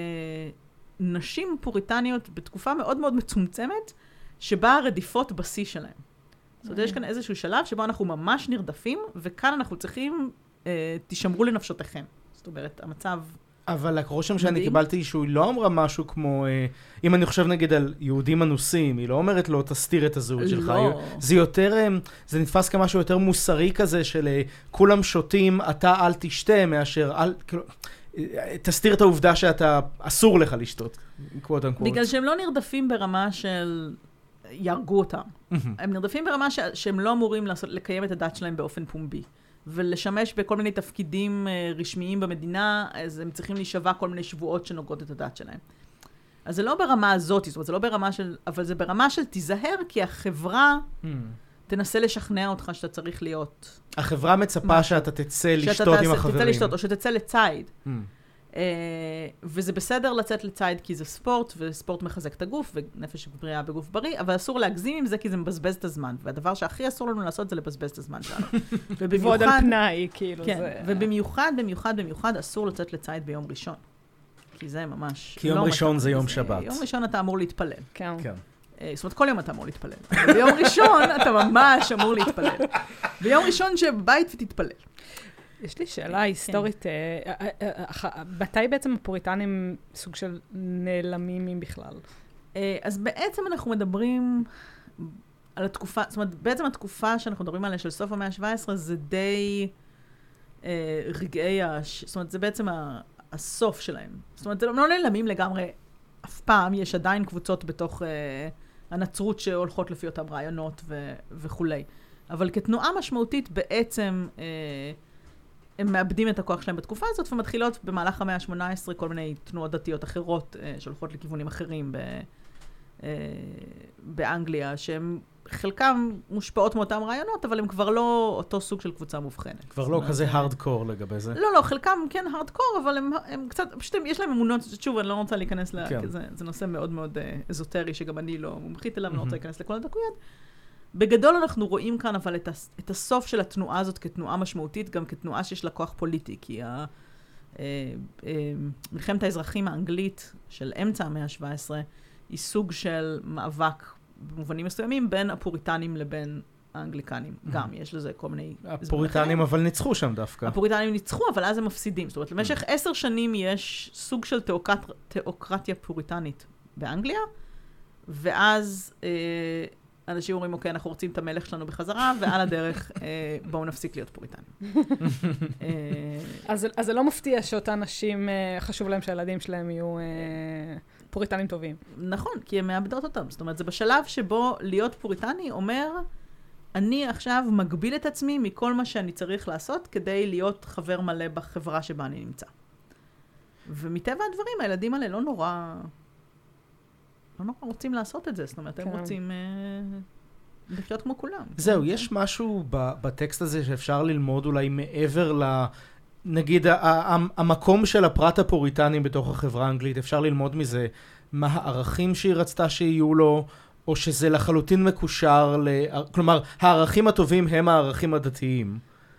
נשים פוריטניות בתקופה מאוד מאוד מצומצמת, שבה הרדיפות בשיא שלהם. זאת אומרת, יש כאן איזשהו שלב שבו אנחנו ממש נרדפים, וכאן אנחנו צריכים, אה, תשמרו לנפשותיכם. זאת אומרת, המצב... אבל הרושם שאני קיבלתי שהוא לא אמרה משהו כמו, אה, אם אני חושב נגיד על יהודים אנוסים, היא לא אומרת לו, תסתיר את הזהות שלך. לא. זה יותר, אה, זה נתפס כמשהו יותר מוסרי כזה, של אה, כולם שותים, אתה אל תשתה, מאשר אל, כאילו, אה, תסתיר את העובדה שאתה אסור לך לשתות, quote unquote. בגלל שהם לא נרדפים ברמה של ירגו אותם. הם נרדפים ברמה ש... שהם לא אמורים לעשות, לקיים את הדת שלהם באופן פומבי. ולשמש בכל מיני תפקידים uh, רשמיים במדינה, אז הם צריכים להישבע כל מיני שבועות שנוגעות את הדת שלהם. אז זה לא ברמה הזאת, זאת אומרת, זה לא ברמה של, אבל זה ברמה של תיזהר, כי החברה mm. תנסה לשכנע אותך שאתה צריך להיות. החברה מצפה מה? שאתה תצא לשתות שאתה עם החברים. תצא לשתות, או שתצא לצייד. Mm. Uh, וזה בסדר לצאת לצייד כי זה ספורט, וספורט מחזק את הגוף, ונפש בריאה בגוף בריא, אבל אסור להגזים עם זה כי זה מבזבז את הזמן. והדבר שהכי אסור לנו לעשות זה לבזבז את הזמן שלנו. ובמיוחד... על פנאי, כאילו כן, זה... ובמיוחד, במיוחד, במיוחד אסור לצאת לצייד ביום ראשון. כי זה ממש... כי יום לא ראשון זה יום זה, שבת. יום ראשון אתה אמור להתפלל. כן. כן. זאת אומרת, כל יום אתה אמור להתפלל. אבל ביום ראשון אתה ממש אמור להתפלל. ביום ראשון שבבית ותתפלל. יש לי שאלה היסטורית, מתי בעצם הפוריטנים סוג של נעלמים אם בכלל? אז בעצם אנחנו מדברים על התקופה, זאת אומרת, בעצם התקופה שאנחנו מדברים עליה של סוף המאה ה-שבע עשרה זה די רגעי, זאת אומרת, זה בעצם הסוף שלהם. זאת אומרת, הם לא נעלמים לגמרי אף פעם, יש עדיין קבוצות בתוך הנצרות שהולכות לפי אותם רעיונות וכולי. אבל כתנועה משמעותית בעצם... הם מאבדים את הכוח שלהם בתקופה הזאת, ומתחילות במהלך המאה ה-שמונה עשרה כל מיני תנועות דתיות אחרות, אה, שהולכות לכיוונים אחרים ב, אה, באנגליה, שהן חלקם מושפעות מאותם רעיונות, אבל הם כבר לא אותו סוג של קבוצה מובחנת. כבר לא כזה הארדקור לגבי זה. לא, לא, חלקם כן הארדקור, אבל הם, הם קצת, פשוט יש להם אמונות, שוב, אני לא רוצה להיכנס לה, כן. כי זה, זה נושא מאוד מאוד אה, אזוטרי, שגם אני לא מומחית אליו, mm-hmm. לא רוצה להיכנס לכל הדקויות. בגדול אנחנו רואים כאן אבל את, הס, את הסוף של התנועה הזאת כתנועה משמעותית, גם כתנועה שיש לה כוח פוליטי, כי ה, אה, אה, מלחמת האזרחים האנגלית של אמצע המאה ה-שבע עשרה היא סוג של מאבק במובנים מסוימים בין הפוריטנים לבין האנגליקנים. Mm-hmm. גם יש לזה כל מיני... הפוריטנים אבל ניצחו שם דווקא. הפוריטנים ניצחו, אבל אז הם מפסידים. זאת אומרת, למשך עשר mm-hmm. שנים יש סוג של תיאוקרט, תיאוקרטיה פוריטנית באנגליה, ואז... אה, אנשים אומרים, אוקיי, אנחנו רוצים את המלך שלנו בחזרה, ועל הדרך, אה, בואו נפסיק להיות פוריטנים. אז, אז זה לא מפתיע שאותה אנשים, אה, חשוב להם שהילדים שלהם יהיו אה, פוריטנים טובים. נכון, כי הם מאבדות אותם. זאת אומרת, זה בשלב שבו להיות פוריטני אומר, אני עכשיו מגביל את עצמי מכל מה שאני צריך לעשות, כדי להיות חבר מלא בחברה שבה אני נמצא. ומטבע הדברים, הילדים האלה לא נורא... לא נורא רוצים לעשות את זה, זאת אומרת, הם רוצים לחיות כמו כולם. זהו, יש משהו בטקסט הזה שאפשר ללמוד אולי מעבר ל... נגיד, המקום של הפרט הפוריטני בתוך החברה האנגלית, אפשר ללמוד מזה מה הערכים שהיא רצתה שיהיו לו, או שזה לחלוטין מקושר ל... כלומר, הערכים הטובים הם הערכים הדתיים.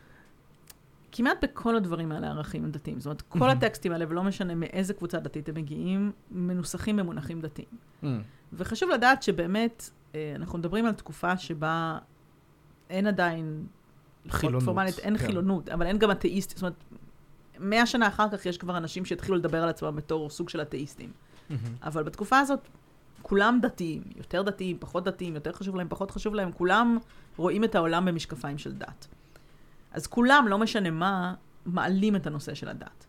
כמעט בכל הדברים האלה הערכים דתיים. זאת אומרת, כל הטקסטים האלה, ולא משנה מאיזה קבוצה דתית הם מגיעים, מנוסחים במונחים דתיים. וחשוב לדעת שבאמת, אנחנו מדברים על תקופה שבה אין עדיין... חילונות. פורמלית, אין חילונות, אבל אין גם אתאיסטים. זאת אומרת, מאה שנה אחר כך יש כבר אנשים שהתחילו לדבר על עצמם בתור סוג של אתאיסטים. אבל בתקופה הזאת, כולם דתיים, יותר דתיים, פחות דתיים, יותר חשוב להם, פחות חשוב להם, כולם רואים את העולם במשקפיים של דת. אז כולם, לא משנה מה, מעלים את הנושא של הדת.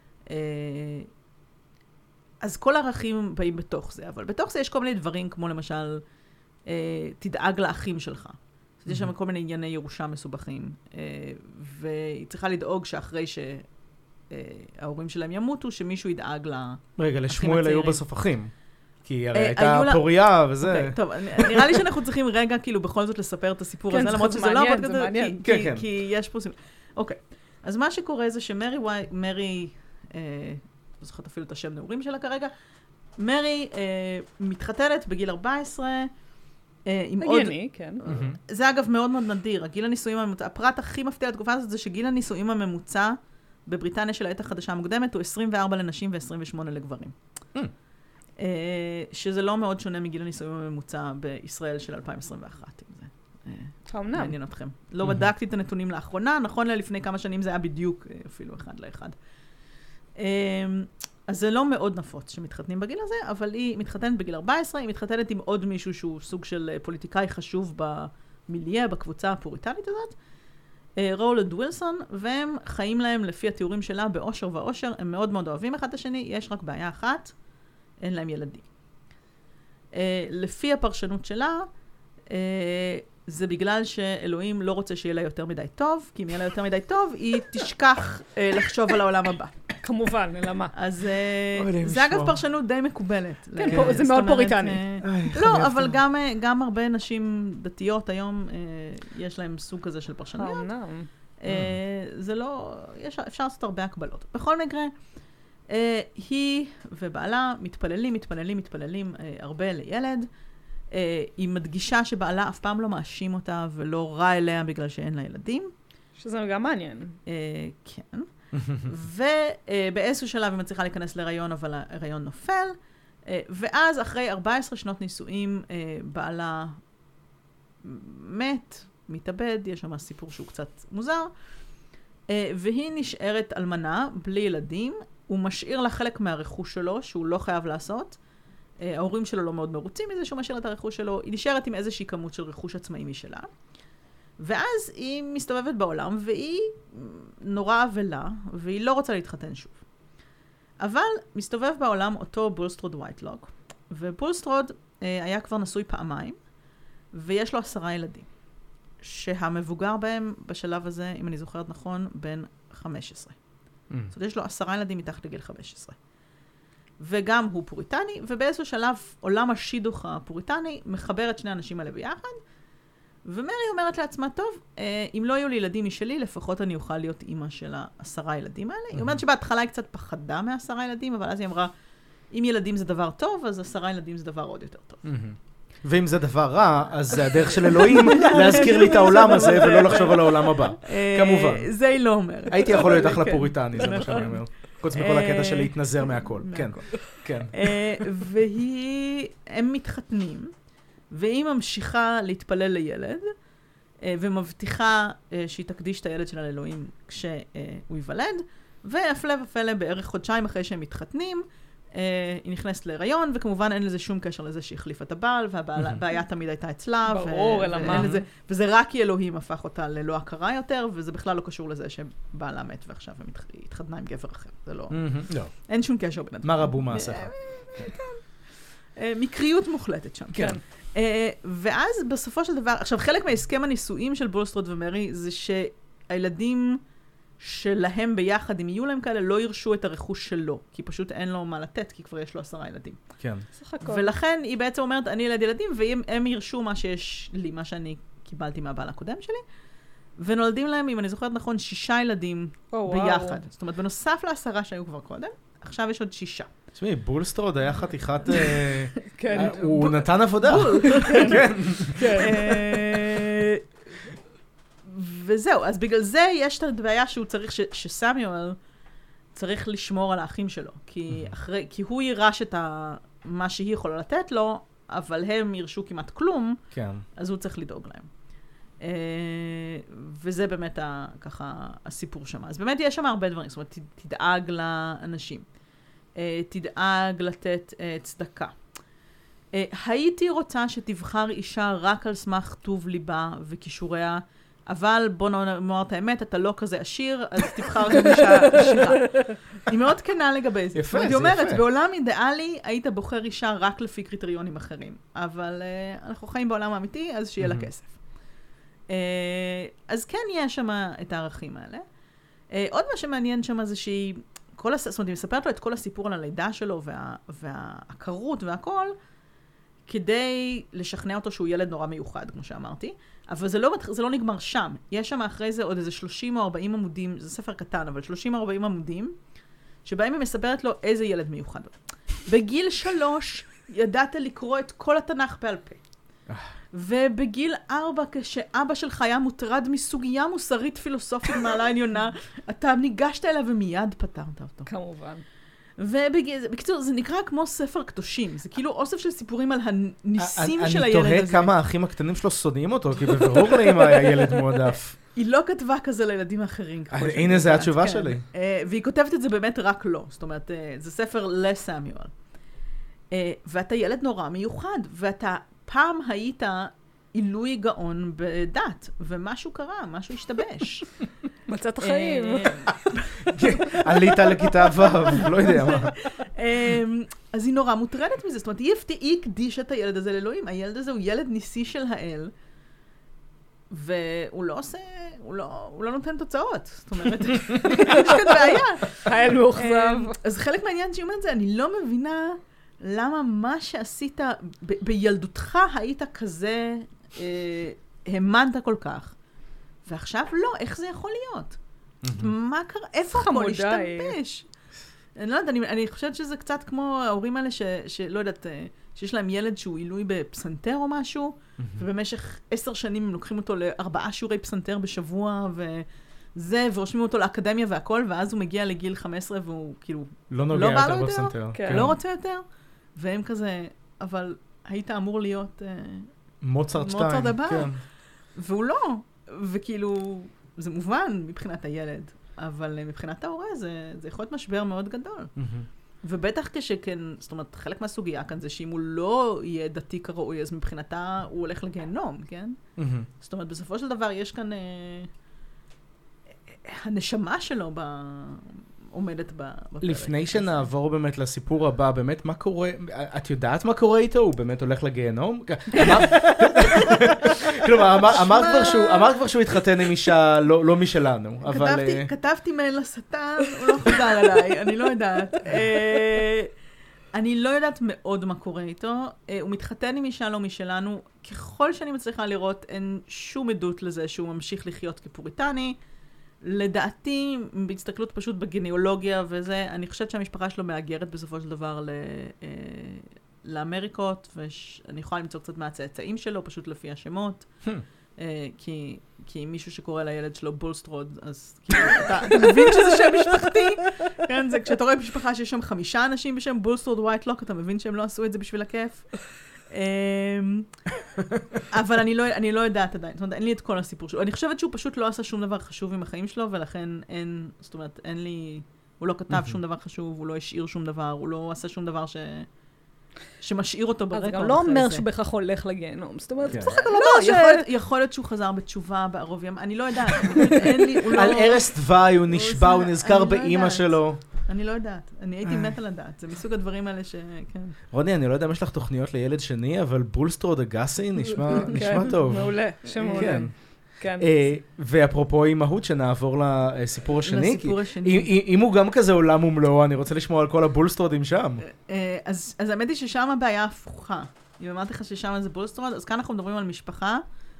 אז כל הערכים באים בתוך זה, אבל בתוך זה יש כל מיני דברים, כמו למשל, תדאג לאחים שלך. יש שם כל מיני ענייני ירושה מסובכים, והיא צריכה לדאוג שאחרי שההורים שלהם ימותו, שמישהו ידאג לאחים הצעירים. רגע, לשמואל היו בסוף אחים. כי הרי הייתה פוריה וזה... טוב, נראה לי שאנחנו צריכים רגע, כאילו, בכל זאת לספר את הסיפור הזה, למרות שזה לא עבוד כזה, כי יש פה... אוקיי. אז מה שקורה זה שמרי, מרי, לא זוכרת אפילו את השם נעורים שלה כרגע, מרי מתחתנת בגיל ארבע עשרה, עם עוד... הגיוני, כן. זה אגב מאוד מאוד נדיר. הגיל הנישואים הממוצע, הפרט הכי מפתיע לתקופה הזאת זה שגיל הנישואים הממוצע בבריטניה של העת החדשה המוקדמת הוא עשרים וארבע לנשים ו-עשרים ושמונה לגברים. שזה לא מאוד שונה מגיל הנישואים הממוצע בישראל של אלפיים עשרים ואחת. מעניין אתכם. לא בדקתי את הנתונים לאחרונה, נכון ללפני כמה שנים זה היה בדיוק אפילו אחד לאחד. אז זה לא מאוד נפוץ שמתחתנים בגיל הזה, אבל היא מתחתנת בגיל ארבע עשרה, היא מתחתנת עם עוד מישהו שהוא סוג של פוליטיקאי חשוב במיליה, בקבוצה הפוריטנית הזאת, רולנד ווילסון, והם חיים להם לפי התיאורים שלה באושר ואושר, הם מאוד מאוד אוהבים אחד את השני, יש רק בעיה אחת, אין להם ילדים. לפי הפרשנות שלה, זה בגלל שאלוהים לא רוצה שיהיה לה יותר מדי טוב, כי אם יהיה לה יותר מדי טוב, היא תשכח לחשוב על העולם הבא. כמובן, אלא מה? אז זה אגב פרשנות די מקובלת. כן, זה מאוד פוריטני. לא, אבל גם הרבה נשים דתיות היום, יש להם סוג כזה של פרשנויות. זה לא, אפשר לעשות הרבה הקבלות. בכל מקרה, היא ובעלה מתפללים, מתפללים, מתפללים הרבה לילד. היא מדגישה שבעלה אף פעם לא מאשים אותה ולא רע אליה בגלל שאין לה ילדים. שזה גם מעניין. כן. ובאיזשהו שלב היא מצליחה להיכנס להיריון, אבל ההיריון נופל. ואז אחרי ארבע עשרה שנות נישואים, בעלה מת, מתאבד, יש שם סיפור שהוא קצת מוזר. והיא נשארת אלמנה, בלי ילדים. הוא משאיר לה חלק מהרכוש שלו, שהוא לא חייב לעשות. ההורים שלו לא מאוד מרוצים מזה שהוא משאיר את הרכוש שלו. היא נשארת עם איזושהי כמות של רכוש עצמאי משלה. ואז היא מסתובבת בעולם, והיא נורא אבלה, והיא לא רוצה להתחתן שוב. אבל מסתובב בעולם אותו בולסטרוד ווייטלוק, ובולסטרוד אה, היה כבר נשוי פעמיים, ויש לו עשרה ילדים, שהמבוגר בהם בשלב הזה, אם אני זוכרת נכון, בין חמש עשרה. Mm. זאת אומרת, יש לו עשרה ילדים מתחת לגיל חמש עשרה. וגם הוא פוריטני, ובאיזשהו שלב עולם השידוך הפוריטני מחבר את שני האנשים האלה ביחד, ומרי אומרת לעצמה, טוב, אה, אם לא יהיו לי ילדים משלי, לפחות אני אוכל להיות אימא של העשרה ילדים האלה. Mm-hmm. היא אומרת שבהתחלה היא קצת פחדה מעשרה ילדים, אבל אז היא אמרה, אם ילדים זה דבר טוב, אז עשרה ילדים זה דבר עוד יותר טוב. Mm-hmm. ואם זה דבר רע, אז זה הדרך של אלוהים להזכיר לי את העולם הזה, ולא לחשוב על העולם הבא. כמובן. זה היא לא אומרת. הייתי יכול להיות אחלה פוריטני, זה מה שאני אומר. חוץ מכל הקטע של להתנזר מהכל. כן, כן. והיא, הם מתחתנים, והיא ממשיכה להתפלל לילד, ומבטיחה שהיא תקדיש את הילד שלה לאלוהים כשהוא ייוולד, והפלא ופלא בערך חודשיים אחרי שהם מתחתנים, היא נכנסת להיריון, וכמובן אין לזה שום קשר לזה שהחליפה את הבעל, והבעיה תמיד הייתה אצלה. ברור, אלא מה? וזה רק כי אלוהים הפך אותה ללא הכרה יותר, וזה בכלל לא קשור לזה שבעלה מת ועכשיו היא התחתנה עם גבר אחר. זה לא... אין שום קשר בין הדברים. מה רבו מעשיך? מקריות מוחלטת שם. כן. ואז בסופו של דבר, עכשיו חלק מהסכם הנישואים של בולסטרוד ומרי, זה שהילדים שלהם ביחד, אם יהיו להם כאלה, לא ירשו את הרכוש שלו, כי פשוט אין לו מה לתת, כי כבר יש לו עשרה ילדים. כן. ולכן היא בעצם אומרת, אני ילד ילדים, והם ירשו מה שיש לי, מה שאני קיבלתי מהבעל הקודם שלי, ונולדים להם, אם אני זוכרת נכון, שישה ילדים ביחד. זאת אומרת, בנוסף לעשרה שהיו כבר קודם, עכשיו יש עוד שישה. תשמעי, בולסטרוד היה חתיכת... כן. הוא נתן עבודה. כן. וזהו, אז בגלל זה יש את הבעיה שהוא צריך, שסמיואל צריך לשמור על האחים שלו. כי אחרי, כי הוא ירש את מה שהיא יכולה לתת לו, אבל הם ירשו כמעט כלום, אז הוא צריך לדאוג להם. וזה באמת ככה הסיפור שם. אז באמת יש שם הרבה דברים, זאת אומרת, תדאג לאנשים. תדאג לתת צדקה. הייתי רוצה שתבחר אישה רק על סמך טוב ליבה וכישוריה, אבל בוא נאמר את האמת, אתה לא כזה עשיר, אז תבחר גם אישה עשירה. היא מאוד כנה לגבי זה. יפה, זה יפה. היא אומרת, בעולם אידיאלי היית בוחר אישה רק לפי קריטריונים אחרים, אבל אנחנו חיים בעולם האמיתי, אז שיהיה לה כסף. אז כן יש שם את הערכים האלה. עוד מה שמעניין שם זה שהיא, כל הס... זאת אומרת, היא מספרת לו את כל הסיפור על הלידה שלו וה... והעקרות והכל, כדי לשכנע אותו שהוא ילד נורא מיוחד, כמו שאמרתי. אבל זה לא, זה לא נגמר שם. יש שם אחרי זה עוד איזה שלושים או ארבעים עמודים, זה ספר קטן, אבל שלושים או ארבעים עמודים, שבהם היא מספרת לו איזה ילד מיוחד. בגיל שלוש ידעת לקרוא את כל התנ"ך בעל פה. ובגיל ארבע, כשאבא שלך היה מוטרד מסוגיה מוסרית פילוסופית מעלה עליונה, אתה ניגשת אליו ומיד פתרת אותו. כמובן. ובקיצור, זה נקרא כמו ספר קדושים. זה כאילו אוסף של סיפורים על הניסים של הילד הזה. אני תוהה כמה האחים הקטנים שלו שונאים אותו, כי בברור לאמא היה ילד מועדף. היא לא כתבה כזה לילדים האחרים. הנה, זה התשובה שלי. והיא כותבת את זה באמת רק לא. זאת אומרת, זה ספר לסמיואל. ואתה ילד נורא מיוחד, ואתה פעם היית עילוי גאון בדת, ומשהו קרה, משהו השתבש. מצאת חיים. עלית לכיתה ו', לא יודע מה. אז היא נורא מוטרדת מזה, זאת אומרת, היא הקדישה את הילד הזה לאלוהים. הילד הזה הוא ילד ניסי של האל, והוא לא עושה, הוא לא, הוא לא נותן תוצאות. זאת אומרת, יש כאן בעיה. האל מאוכזב. אז חלק מהעניין שהיא אומרת את זה, אני לא מבינה למה מה שעשית ב- בילדותך היית כזה, אה, האמנת כל כך, ועכשיו לא, איך זה יכול להיות? מה קרה? איפה הכל השתבש? אני לא יודעת, אני, אני חושבת שזה קצת כמו ההורים האלה ש, שלא יודעת, שיש להם ילד שהוא עילוי בפסנתר או משהו, ובמשך עשר שנים הם לוקחים אותו לארבעה שיעורי פסנתר בשבוע, וזה, ורושמים אותו לאקדמיה והכל, ואז הוא מגיע לגיל חמש עשרה והוא כאילו לא נוגע לא יותר בפסנתר. כן. לא רוצה יותר, והם כזה, אבל היית אמור להיות מוצרט שתיים. מוצרט הבא. כן. והוא לא, וכאילו, זה מובן מבחינת הילד, אבל מבחינת ההורה זה, זה יכול להיות משבר מאוד גדול. Mm-hmm. ובטח כשכן, זאת אומרת, חלק מהסוגיה כאן זה שאם הוא לא יהיה דתי כראוי, אז מבחינתה הוא הולך לגיהנום, כן? Mm-hmm. זאת אומרת, בסופו של דבר יש כאן, אה, הנשמה שלו ב... עומדת בפרק. לפני שנעבור באמת לסיפור הבא, באמת מה קורה, את יודעת מה קורה איתו? הוא באמת הולך לגיהנום? כלומר, אמר כבר שהוא התחתן עם אישה לא משלנו, אבל... כתבתי מייל לשטן, הוא לא חזר עליי, אני לא יודעת. אני לא יודעת מאוד מה קורה איתו. הוא מתחתן עם אישה לא משלנו. ככל שאני מצליחה לראות, אין שום עדות לזה שהוא ממשיך לחיות כפוריטני. לדעתי, בהסתכלות פשוט בגניאולוגיה וזה, אני חושבת שהמשפחה שלו מאגרת בסופו של דבר ל, אה, לאמריקות, ואני יכולה למצוא קצת מהצאצאים שלו, פשוט לפי השמות, אה, כי, כי מישהו שקורא לילד שלו בולסטרוד, אז כאילו, אתה, אתה מבין שזה שם משפחתי? כן, זה כשאתה רואה משפחה שיש שם חמישה אנשים בשם בולסטרוד ווייטלוק, אתה מבין שהם לא עשו את זה בשביל הכיף? אבל אני לא, אני לא יודעת עדיין, זאת אומרת, אין לי את כל הסיפור שלו. אני חושבת שהוא פשוט לא עשה שום דבר חשוב עם החיים שלו, ולכן אין, זאת אומרת, אין לי, הוא לא כתב שום דבר חשוב, הוא לא השאיר שום דבר, הוא לא עשה שום דבר ש... שמשאיר אותו ברקע. אז גם לא אומר שבכך הולך לגיהנום. זאת אומרת, בסך הכל לא, יכול להיות שהוא חזר בתשובה בערוב ים, אני לא יודעת, אין לי, הוא לא... על ערש דווי, הוא נשבע, הוא נזכר באמא שלו. אני לא יודעת, אני הייתי מתה לדעת, זה מסוג הדברים האלה ש... כן. רוני, אני לא יודע אם יש לך תוכניות לילד שני, אבל בולסטרוד אגסי נשמע טוב. מעולה, שם מעולה. כן. ואפרופו אימהות, שנעבור לסיפור השני. לסיפור השני. אם הוא גם כזה עולם ומלואו, אני רוצה לשמוע על כל הבולסטרודים שם. אז האמת היא ששם הבעיה הפוכה. אם אמרתי לך ששם זה בולסטרוד, אז כאן אנחנו מדברים על משפחה,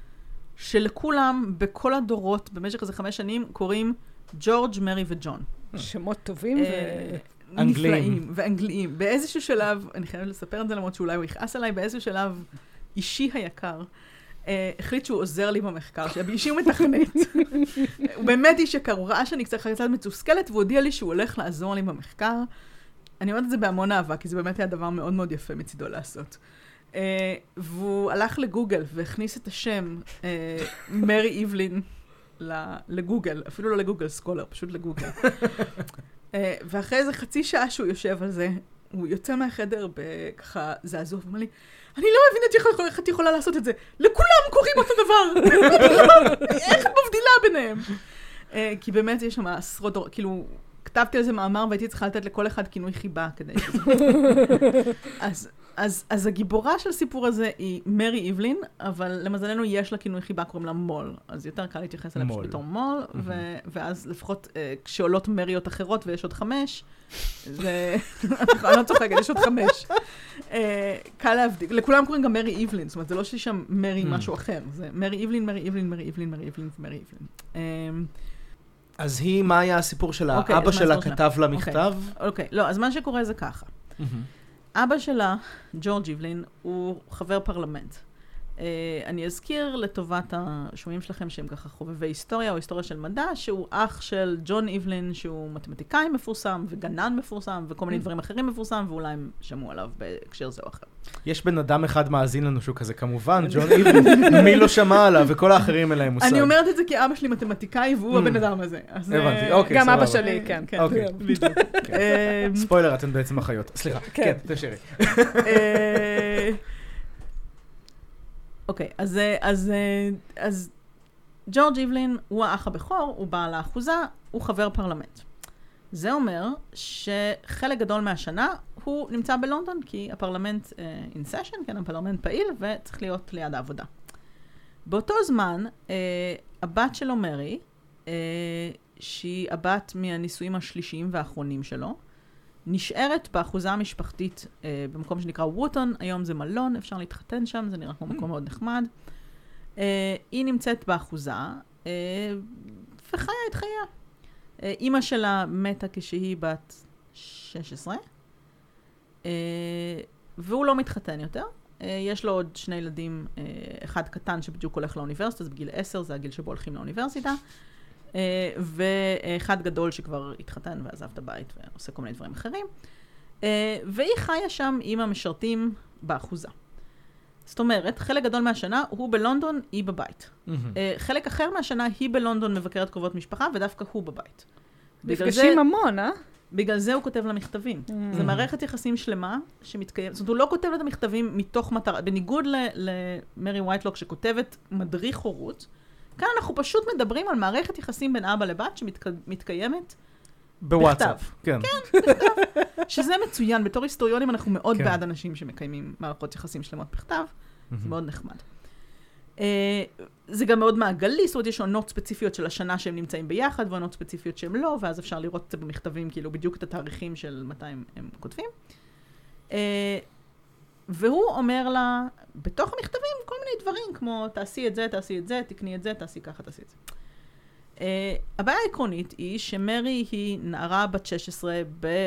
שלכולם, בכל הדורות, במשך איזה חמש שנים, קוראים ג'ורג', מרי וג'ון. שמות טובים ו... נפלאים ואנגליים. באיזשהו שלב, אני חייבת לספר את זה למרות שאולי הוא יכעס עליי, באיזשהו שלב, אישי היקר, החליט שהוא עוזר לי במחקר, שאישי הוא מתכנת. הוא באמת איש יקר, הוא ראה שאני קצת קצת מתוסכלת, והוא הודיע לי שהוא הולך לעזור לי במחקר. אני אומרת את זה בהמון אהבה, כי זה באמת היה דבר מאוד מאוד יפה מצידו לעשות. והוא הלך לגוגל והכניס את השם מרי איבלין, לגוגל, אפילו לא לגוגל סקולר, פשוט לגוגל. ואחרי איזה חצי שעה שהוא יושב על זה, הוא יוצא מהחדר בככה זעזוע, ואומר לי, אני לא מבינה איך את יכולה לעשות את זה. לכולם קוראים אותו דבר. איך את מבדילה ביניהם? כי באמת יש שם עשרות, כאילו, כתבתי על זה מאמר והייתי צריכה לתת לכל אחד כינוי חיבה כדי שזה. אז... אז, אז הגיבורה של הסיפור הזה היא מרי איבלין, אבל למזלנו יש לה כינוי חיבה, קוראים לה מול. אז יותר קל להתייחס אליה פשוט בתור מול, mm-hmm. ו- ואז לפחות אה, כשעולות מריות אחרות ויש עוד חמש, זה... אני לא צוחקת, יש עוד חמש. אה, קל להבדיל. לכולם קוראים גם מרי איבלין, זאת אומרת, זה לא שיש שם מרי mm-hmm. משהו אחר. זה מרי איבלין, מרי איבלין, מרי איבלין, מרי איבלין ומרי איבלין. אה, אז היא, מה היה הסיפור שלה? Okay, אבא שלה כתב לה מכתב? אוקיי, okay. okay. לא, אז מה שקורה זה ככה. Mm-hmm. אבא שלה, ג'ורג' איבלין, הוא חבר פרלמנט. Uh, אני אזכיר לטובת השומעים שלכם שהם ככה חובבי היסטוריה או היסטוריה של מדע, שהוא אח של ג'ון איבלין, שהוא מתמטיקאי מפורסם וגנן מפורסם וכל מיני דברים אחרים מפורסם, ואולי הם שמעו עליו בהקשר זה או אחר. יש בן אדם אחד מאזין לנו שהוא כזה, כמובן, ג'ון איבלין, מי לא שמע עליו וכל האחרים אליהם מושג. אני אומרת את זה כי אבא שלי מתמטיקאי והוא הבן אדם הזה. הבנתי, אוקיי, גם אבא שלי, כן. ספוילר, אתן בעצם אחיות. סליחה, כן, תשארי. אוקיי, אז, אז, אז ג'ורג' איבלין הוא האח הבכור, הוא בעל האחוזה, הוא חבר פרלמנט. זה אומר שחלק גדול מהשנה הוא נמצא בלונדון, כי הפרלמנט uh, in session, כן, הפרלמנט פעיל, וצריך להיות ליד העבודה. באותו זמן, uh, הבת שלו מרי, uh, שהיא הבת מהנישואים השלישיים והאחרונים שלו, נשארת באחוזה המשפחתית uh, במקום שנקרא ווטון, היום זה מלון, אפשר להתחתן שם, זה נראה כמו מקום מאוד נחמד. Uh, היא נמצאת באחוזה, uh, וחיה את חייה. Uh, אימא שלה מתה כשהיא בת שש עשרה, uh, והוא לא מתחתן יותר. Uh, יש לו עוד שני ילדים, uh, אחד קטן שבדיוק הולך לאוניברסיטה, זה בגיל עשר, זה הגיל שבו הולכים לאוניברסיטה. Uh, ואחד גדול שכבר התחתן ועזב את הבית ועושה כל מיני דברים אחרים. Uh, והיא חיה שם עם המשרתים באחוזה. זאת אומרת, חלק גדול מהשנה הוא בלונדון, היא בבית. Mm-hmm. Uh, חלק אחר מהשנה היא בלונדון מבקרת קרובות משפחה, ודווקא הוא בבית. נפגשים המון, אה? בגלל זה הוא כותב לה מכתבים. Mm-hmm. זו מערכת יחסים שלמה שמתקיים. זאת אומרת, הוא לא כותב לה את המכתבים מתוך מטרה. בניגוד למרי ווייטלוק שכותבת מדריך הורות, כאן אנחנו פשוט מדברים על מערכת יחסים בין אבא לבת שמתקיימת בוואטסאפ. כן. כן, בכתב. שזה מצוין. בתור היסטוריונים אנחנו מאוד כן. בעד אנשים שמקיימים מערכות יחסים שלמות בכתב. Mm-hmm. זה מאוד נחמד. Uh, זה גם מאוד מעגלי, זאת אומרת, יש עונות ספציפיות של השנה שהם נמצאים ביחד, ועונות ספציפיות שהם לא, ואז אפשר לראות את זה במכתבים, כאילו בדיוק את התאריכים של מתי הם, הם כותבים. Uh, והוא אומר לה, בתוך המכתבים, כל מיני דברים, כמו תעשי את זה, תעשי את זה, תקני את זה, תעשי ככה, תעשי את זה. Uh, הבעיה העקרונית היא שמרי היא נערה בת שש עשרה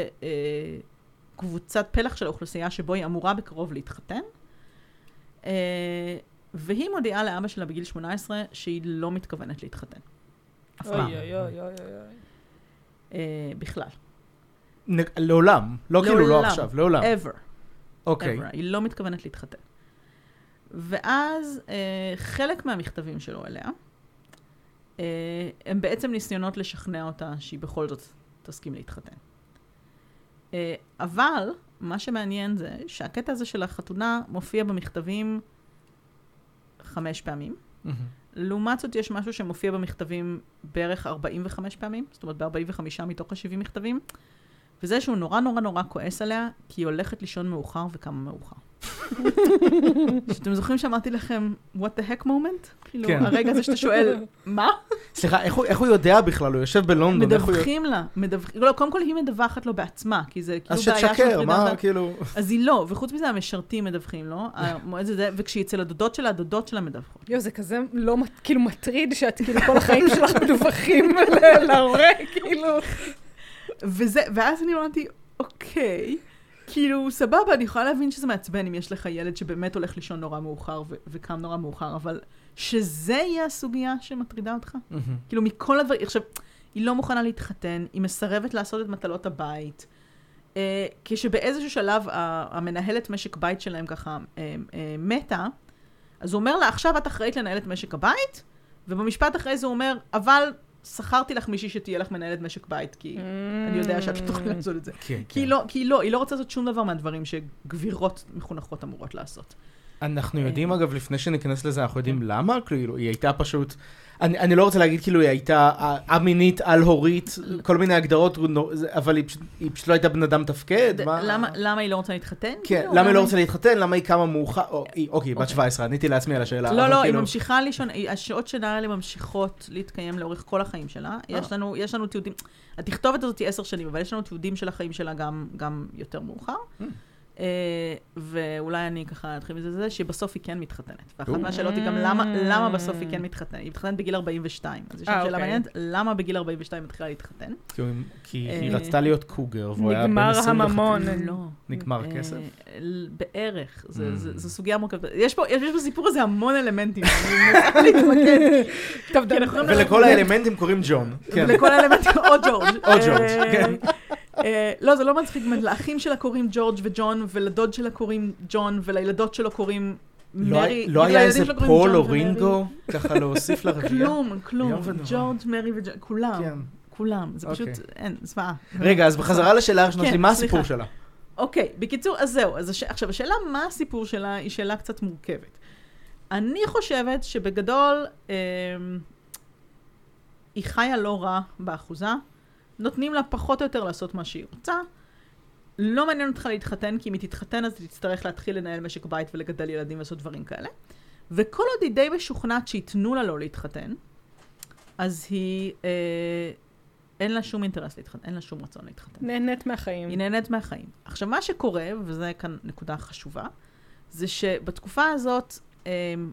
בקבוצת פלח של האוכלוסייה שבו היא אמורה בקרוב להתחתן. Uh, והיא מודיעה לאבא שלה בגיל שמונה עשרה שהיא לא מתכוונת להתחתן. אף פעם. אוי, אוי, אוי, אוי, אוי. בכלל. לעולם. לא כאילו לא עכשיו, לעולם. ever. אוקיי. ever. היא לא מתכוונת להתחתן. ואז חלק מהמכתבים שלו אליה, הם בעצם ניסיונות לשכנע אותה שהיא בכל זאת תסכים להתחתן. אבל מה שמעניין זה שהקטע הזה של החתונה מופיע במכתבים חמש פעמים. Mm-hmm. לעומת זאת יש משהו שמופיע במכתבים בערך ארבעים וחמש פעמים, זאת אומרת ב-ארבעים וחמישה מתוך ה-שבעים מכתבים, וזה שהוא נורא נורא נורא כועס עליה, כי היא הולכת לישון מאוחר וכמה מאוחר. שאתם זוכרים שאמרתי לכם, what the heck moment? כאילו, כן. הרגע הזה שאתה שואל, מה? סליחה, איך הוא, איך הוא יודע בכלל? הוא יושב בלונדון. מדווחים לה. מדווח... לא, קודם כל היא מדווחת לו בעצמה, כי זה כאילו בעיה... אז שתשקר, מה לה... כאילו... אז היא לא, וחוץ מזה המשרתים מדווחים לו, המועד הזה, וכשהיא אצל הדודות שלה, הדודות שלה מדווחות. יו, זה כזה לא כאילו מטריד שאת כאילו כל החיים שלך מדווחים להורה, כאילו... וזה, ואז אני אמרתי, אוקיי, כאילו, סבבה, אני יכולה להבין שזה מעצבן אם יש לך ילד שבאמת הולך לישון נורא מאוחר ו- וקם נורא מאוחר, אבל שזה יהיה הסוגיה שמטרידה אותך? Mm-hmm. כאילו, מכל הדברים, עכשיו, היא לא מוכנה להתחתן, היא מסרבת לעשות את מטלות הבית, אה, כשבאיזשהו שלב המנהלת משק בית שלהם ככה אה, אה, מתה, אז הוא אומר לה, עכשיו את אחראית לנהל את משק הבית, ובמשפט אחרי זה הוא אומר, אבל... שכרתי לך מישהי שתהיה לך מנהלת משק בית, כי אני יודע שאת לא תוכלי לעשות את זה. כי היא לא, היא לא רוצה לעשות שום דבר מהדברים שגבירות מחונכות אמורות לעשות. אנחנו יודעים, אגב, לפני שניכנס לזה, אנחנו יודעים למה? כאילו, היא הייתה פשוט... אני, אני לא רוצה להגיד כאילו היא הייתה אמינית, על-הורית, כל מיני הגדרות, אבל היא פשוט, היא פשוט לא הייתה בן אדם תפקד. מה... למה, למה היא לא רוצה להתחתן? כן, כאילו, למה היא לא רוצה להתחתן? למה היא קמה מאוחר? אוקיי, אוקיי, בת שבע עשרה, עניתי לעצמי על השאלה. לא, לא, כאילו... היא ממשיכה לישון, השעות שלה האלה ממשיכות להתקיים לאורך כל החיים שלה. יש לנו, יש לנו תיעודים, התכתובת הזאת היא עשר שנים, אבל יש לנו תיעודים של החיים שלה גם, גם יותר מאוחר. ואולי אני ככה אתחיל מזה, זה שבסוף היא כן מתחתנת. ואחת מהשאלות היא גם למה בסוף היא כן מתחתנת. היא מתחתנת בגיל ארבעים ושתיים. אז יש שאלה מעניינת, למה בגיל ארבעים ושתיים מתחילה להתחתן? כי היא רצתה להיות קוגר, והוא היה בן נגמר עשרים וחצי. הממון. לא. נגמר הכסף? בערך. זו סוגיה מורכבת. יש בסיפור הזה המון אלמנטים. אני מנסה להתמקד. ולכל האלמנטים קוראים ג'ון. ולכל האלמנטים, או ג'ורג'. או ג'ורג', כן. לא, זה לא מצחיק, לאחים שלה קוראים ג'ורג' וג'ון, ולדוד שלה קוראים ג'ון, ולילדות שלו קוראים מרי. לא היה איזה פול או רינגו, ככה להוסיף לרביעה? כלום, כלום. ג'ורג', מרי וג'ון, כולם. כולם. זה פשוט, אין, זוועה. רגע, אז בחזרה לשאלה הראשונה שלי, מה הסיפור שלה? אוקיי, בקיצור, אז זהו. עכשיו, השאלה מה הסיפור שלה היא שאלה קצת מורכבת. אני חושבת שבגדול, היא חיה לא רע באחוזה, נותנים לה פחות או יותר לעשות מה שהיא רוצה. לא מעניין אותך להתחתן, כי אם היא תתחתן אז היא תצטרך להתחיל לנהל משק בית ולגדל ילדים ולעשות דברים כאלה. וכל עוד היא די משוכנעת שיתנו לה לא להתחתן, אז היא, אה, אין לה שום אינטרס להתחתן, אין לה שום רצון להתחתן. נהנית מהחיים. היא נהנית מהחיים. עכשיו, מה שקורה, וזה כאן נקודה חשובה, זה שבתקופה הזאת, אה,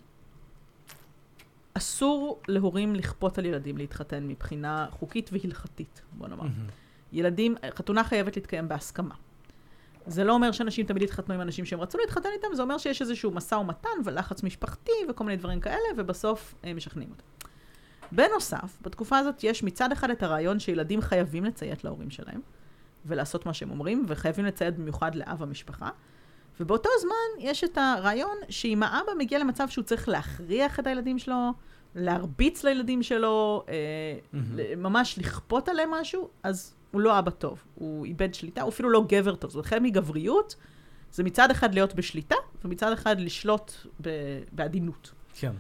אסור להורים לכפות על ילדים להתחתן מבחינה חוקית והלכתית, בוא נאמר. ילדים, חתונה חייבת להתקיים בהסכמה. זה לא אומר שאנשים תמיד יתחתנו עם אנשים שהם רצו להתחתן איתם, זה אומר שיש איזשהו מסע ומתן ולחץ משפחתי וכל מיני דברים כאלה, ובסוף הם משכנעים אותם. בנוסף, בתקופה הזאת יש מצד אחד את הרעיון שילדים חייבים לציית להורים שלהם, ולעשות מה שהם אומרים, וחייבים לציית במיוחד לאב המשפחה. ובאותו זמן יש את הרעיון שאם האבא מגיע למצב שהוא צריך להכריח את הילדים שלו, להרביץ לילדים שלו, אה, ממש לכפות עליהם משהו, אז הוא לא אבא טוב. הוא איבד שליטה, הוא אפילו לא גבר טוב. זאת אומרת, מגבריות, זה מצד אחד להיות בשליטה, ומצד אחד לשלוט ב- בעדינות. כן.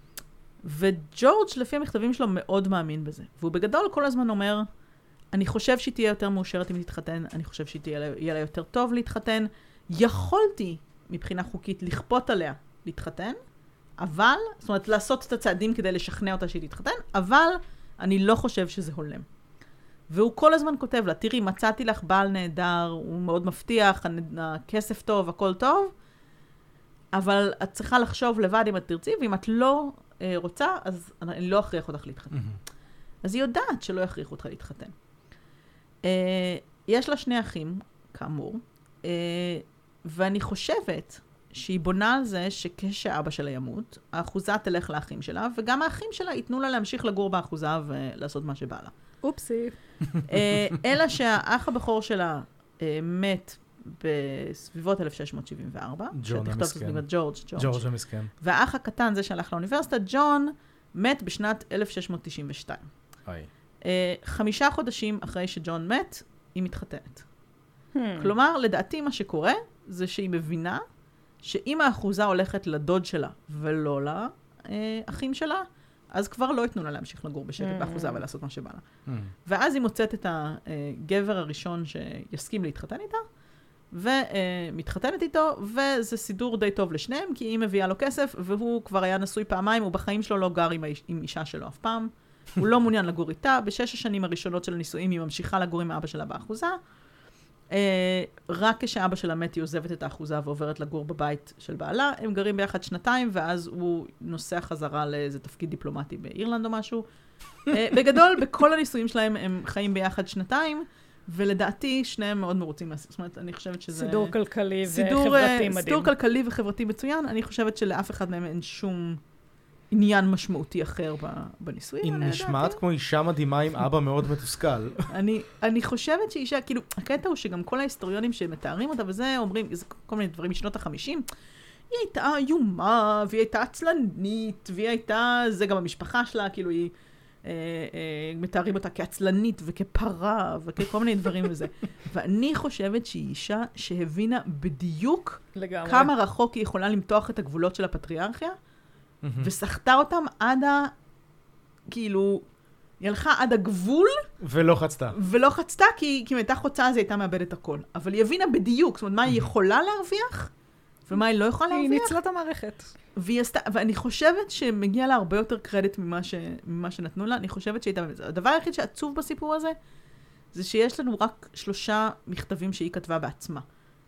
וג'ורג' לפי המכתבים שלו מאוד מאמין בזה. והוא בגדול כל הזמן אומר, אני חושב שהיא תהיה יותר מאושרת אם היא תתחתן, אני חושב שיהיה לה יותר טוב להתחתן, יכולתי מבחינה חוקית לכפות עליה להתחתן, אבל, זאת אומרת, לעשות את הצעדים כדי לשכנע אותה שהיא תתחתן, אבל אני לא חושב שזה הולם. והוא כל הזמן כותב לה, תראי, מצאתי לך בעל נהדר, הוא מאוד מבטיח, הכסף טוב, הכל טוב, אבל את צריכה לחשוב לבד אם את תרצי, ואם את לא אה, רוצה, אז אני לא אכריח אותך להתחתן. Mm-hmm. אז היא יודעת שלא יכריח אותך להתחתן. אה, יש לה שני אחים, כאמור, אה, ואני חושבת שהיא בונה על זה שכשאבא שלה ימות, האחוזה תלך לאחים שלה, וגם האחים שלה ייתנו לה להמשיך לגור באחוזה ולעשות מה שבא לה. אופסי. אלא שהאח הבכור שלה מת בסביבות אלף שש מאות שבעים וארבע. ג'ון המסכן. ג'ורג', ג'ורג' המסכן. והאח הקטן, זה שהלך לאוניברסיטה, ג'ון, מת בשנת אלף שש מאות תשעים ושתיים. איי. חמישה חודשים אחרי שג'ון מת, היא מתחתנת. כלומר, לדעתי מה שקורה, זה שהיא מבינה שאם האחוזה הולכת לדוד שלה ולא לאחים שלה, אז כבר לא יתנו לה להמשיך לגור בשקט באחוזה ולעשות מה שבא לה. ואז היא מוצאת את הגבר הראשון שיסכים להתחתן איתה, ומתחתנת איתו, וזה סידור די טוב לשניהם, כי היא מביאה לו כסף, והוא כבר היה נשוי פעמיים, הוא בחיים שלו לא גר עם, האיש, עם אישה שלו אף פעם. הוא לא מעוניין לגור איתה. בשש השנים הראשונות של הנישואים היא ממשיכה לגור עם אבא שלה באחוזה. רק כשאבא שלה מת היא עוזבת את האחוזה ועוברת לגור בבית של בעלה. הם גרים ביחד שנתיים, ואז הוא נוסע חזרה לאיזה תפקיד דיפלומטי באירלנד או משהו. בגדול, בכל הנישואים שלהם הם חיים ביחד שנתיים, ולדעתי שניהם מאוד מרוצים. זאת אומרת, אני חושבת שזה... סידור כלכלי סידור, וחברתי מדהים. סידור כלכלי וחברתי מצוין. אני חושבת שלאף אחד מהם אין שום עניין משמעותי אחר בנישואים. היא נשמעת כמו אישה מדהימה עם אבא מאוד מתוסכל. אני, אני חושבת שאישה, כאילו, הקטע הוא שגם כל ההיסטוריונים שמתארים אותה וזה, אומרים, זה כל מיני דברים משנות החמישים, היא הייתה איומה, והיא הייתה עצלנית, והיא הייתה, זה גם המשפחה שלה, כאילו היא... אה, אה, מתארים אותה כעצלנית וכפרה וככל מיני דברים וזה. ואני חושבת שהיא אישה שהבינה בדיוק לגמרי. כמה רחוק היא יכולה למתוח את הגבולות של הפטריארכיה, וסחטה אותם עד ה... כאילו, היא הלכה עד הגבול. ולא חצתה. ולא חצתה, כי, כי אם הייתה חוצה, אז היא הייתה מאבדת הכל. אבל היא הבינה בדיוק, זאת אומרת, מה היא יכולה להרוויח, ומה היא לא יכולה להרוויח. היא ניצלה את המערכת. והיא עשתה, ואני חושבת שמגיע לה הרבה יותר קרדיט ממה, ש, ממה שנתנו לה. אני חושבת שהייתה... הדבר היחיד שעצוב בסיפור הזה, זה שיש לנו רק שלושה מכתבים שהיא כתבה בעצמה.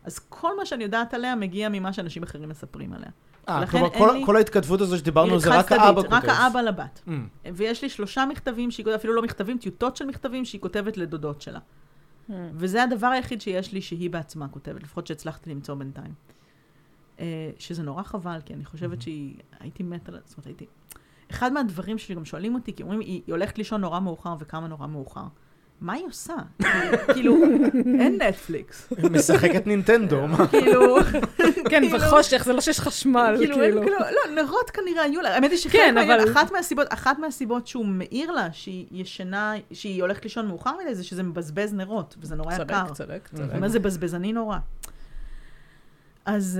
אז כל מה שאני יודעת עליה מגיע ממה שאנשים אחרים מספרים עליה. אה, כלומר, כל, לי... כל ההתכתבות הזו שדיברנו זה רק האבא כותב. רק האבא לבת. Mm. ויש לי שלושה מכתבים, שהיא כותבת, אפילו לא מכתבים, טיוטות של מכתבים שהיא כותבת לדודות שלה. Mm. וזה הדבר היחיד שיש לי שהיא בעצמה כותבת, לפחות שהצלחתי למצוא בינתיים. Uh, שזה נורא חבל, כי אני חושבת mm-hmm. שהיא, הייתי מת על... זאת אומרת, הייתי... אחד מהדברים שגם שואלים אותי, כי אומרים, היא, היא הולכת לישון נורא מאוחר וכמה נורא מאוחר. מה היא עושה? כאילו, אין נטפליקס. משחקת נינטנדו. כאילו, כן, וחושך, זה לא שיש חשמל, כאילו. לא, נרות כנראה היו לה. האמת היא שחלק מהעניין, אחת מהסיבות, אחת מהסיבות שהוא מעיר לה, שהיא ישנה, שהיא הולכת לישון מאוחר מדי, זה שזה מבזבז נרות, וזה נורא יקר. צדק, צדק, צדק. מה זה בזבזני נורא. אז...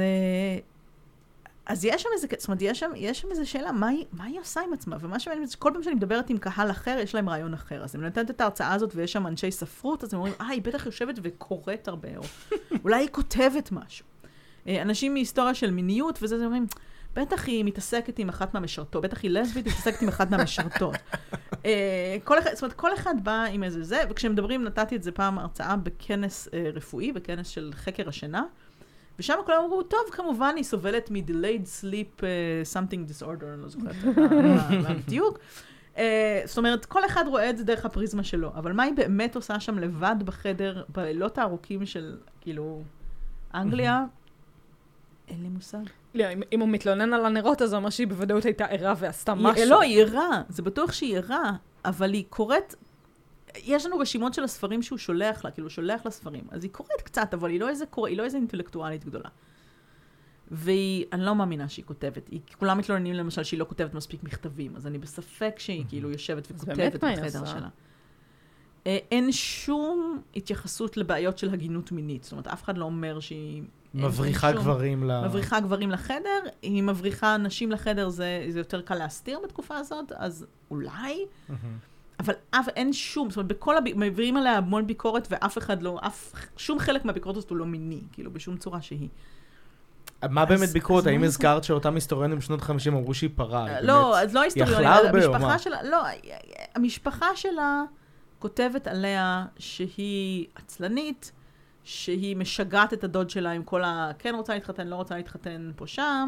אז יש שם איזה, זאת אומרת, יש שם, יש שם איזה שאלה, מה היא, מה היא עושה עם עצמה? ומה שמעניין, כל פעם שאני מדברת עם קהל אחר, יש להם רעיון אחר. אז אני נותנת את ההרצאה הזאת, ויש שם אנשי ספרות, אז הם אומרים, אה, היא בטח יושבת וקוראת הרבה, או אולי היא כותבת משהו. אנשים מהיסטוריה של מיניות, וזה, זה אומרים, בטח היא מתעסקת עם אחת מהמשרתות, בטח היא לסבית, היא מתעסקת עם אחת מהמשרתות. כל אחד, זאת אומרת, כל אחד בא עם איזה זה, וכשמדברים, נתתי את זה פעם הרצאה בכנס רפואי, בכנס של חקר השינה, ושם כולם אמרו, טוב, כמובן, היא סובלת מ-delayed sleep uh, something disorder, אני לא זוכרת, בדיוק. Uh, זאת אומרת, כל אחד רואה את זה דרך הפריזמה שלו, אבל מה היא באמת עושה שם לבד בחדר, בלילות הארוכים של, כאילו, אנגליה? אין לי מושג. לא, אם הוא מתלונן על הנרות, אז הוא אומר שהיא בוודאות הייתה ערה ועשתה משהו. לא, היא ערה, זה בטוח שהיא ערה, אבל היא קוראת... יש לנו רשימות של הספרים שהוא שולח לה, כאילו שולח לספרים. אז היא קוראת קצת, אבל היא לא איזה, קורא, היא לא איזה אינטלקטואלית גדולה. והיא, אני לא מאמינה שהיא כותבת. היא, כולם מתלוננים למשל שהיא לא כותבת מספיק מכתבים, אז אני בספק שהיא כאילו יושבת וכותבת בחדר שלה. אין שום התייחסות לבעיות של הגינות מינית. זאת אומרת, אף אחד לא אומר שהיא... מבריחה גברים ל... מבריחה גברים לחדר. אם היא מבריחה נשים לחדר, זה, זה יותר קל להסתיר בתקופה הזאת, אז אולי... אבל אף, אין שום, זאת אומרת, בכל הב... מעבירים עליה המון ביקורת, ואף אחד לא, אף, שום חלק מהביקורת הזאת הוא לא מיני, כאילו, בשום צורה שהיא. מה אז, באמת ביקורת? האם הזכרת שאותם היסטוריונים בשנות ה-חמישים אמרו שהיא פרה? לא, אז לא היסטוריונים, המשפחה שלה, לא, המשפחה שלה כותבת עליה שהיא עצלנית, שהיא משגעת את הדוד שלה עם כל ה... כן רוצה להתחתן, לא רוצה להתחתן פה שם,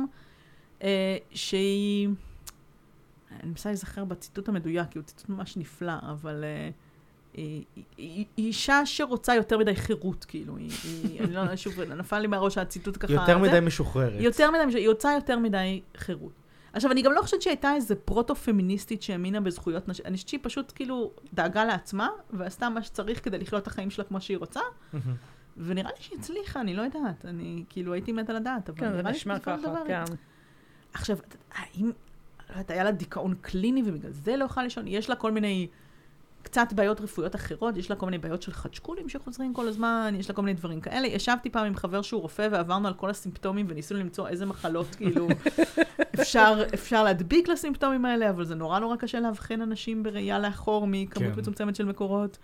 שהיא... אני מנסה להיזכר בציטוט המדויק, כי הוא ציטוט ממש נפלא, אבל uh, היא, היא, היא אישה שרוצה יותר מדי חירות, כאילו. היא, היא, אני לא, שוב, נפל לי מהראש הציטוט ככה. יותר מדי משוחררת. יותר מדי, היא רוצה יותר מדי חירות. עכשיו, אני גם לא חושבת שהייתה איזה פרוטו-פמיניסטית שהאמינה בזכויות נשים. אני חושבת שהיא פשוט כאילו דאגה לעצמה, ועשתה מה שצריך כדי לחיות את החיים שלה כמו שהיא רוצה, ונראה לי שהיא הצליחה, אני לא יודעת. אני כאילו הייתי מתה לדעת, אבל נראה לי שכל דבר. עכשיו, האם... היה לה דיכאון קליני, ובגלל זה לא יכולה לישון. יש לה כל מיני, קצת בעיות רפואיות אחרות, יש לה כל מיני בעיות של חדשקולים שחוזרים כל הזמן, יש לה כל מיני דברים כאלה. ישבתי פעם עם חבר שהוא רופא, ועברנו על כל הסימפטומים, וניסינו למצוא איזה מחלות, כאילו, אפשר, אפשר להדביק לסימפטומים האלה, אבל זה נורא נורא קשה להבחן אנשים בראייה לאחור, מכמות כן. מצומצמת של מקורות.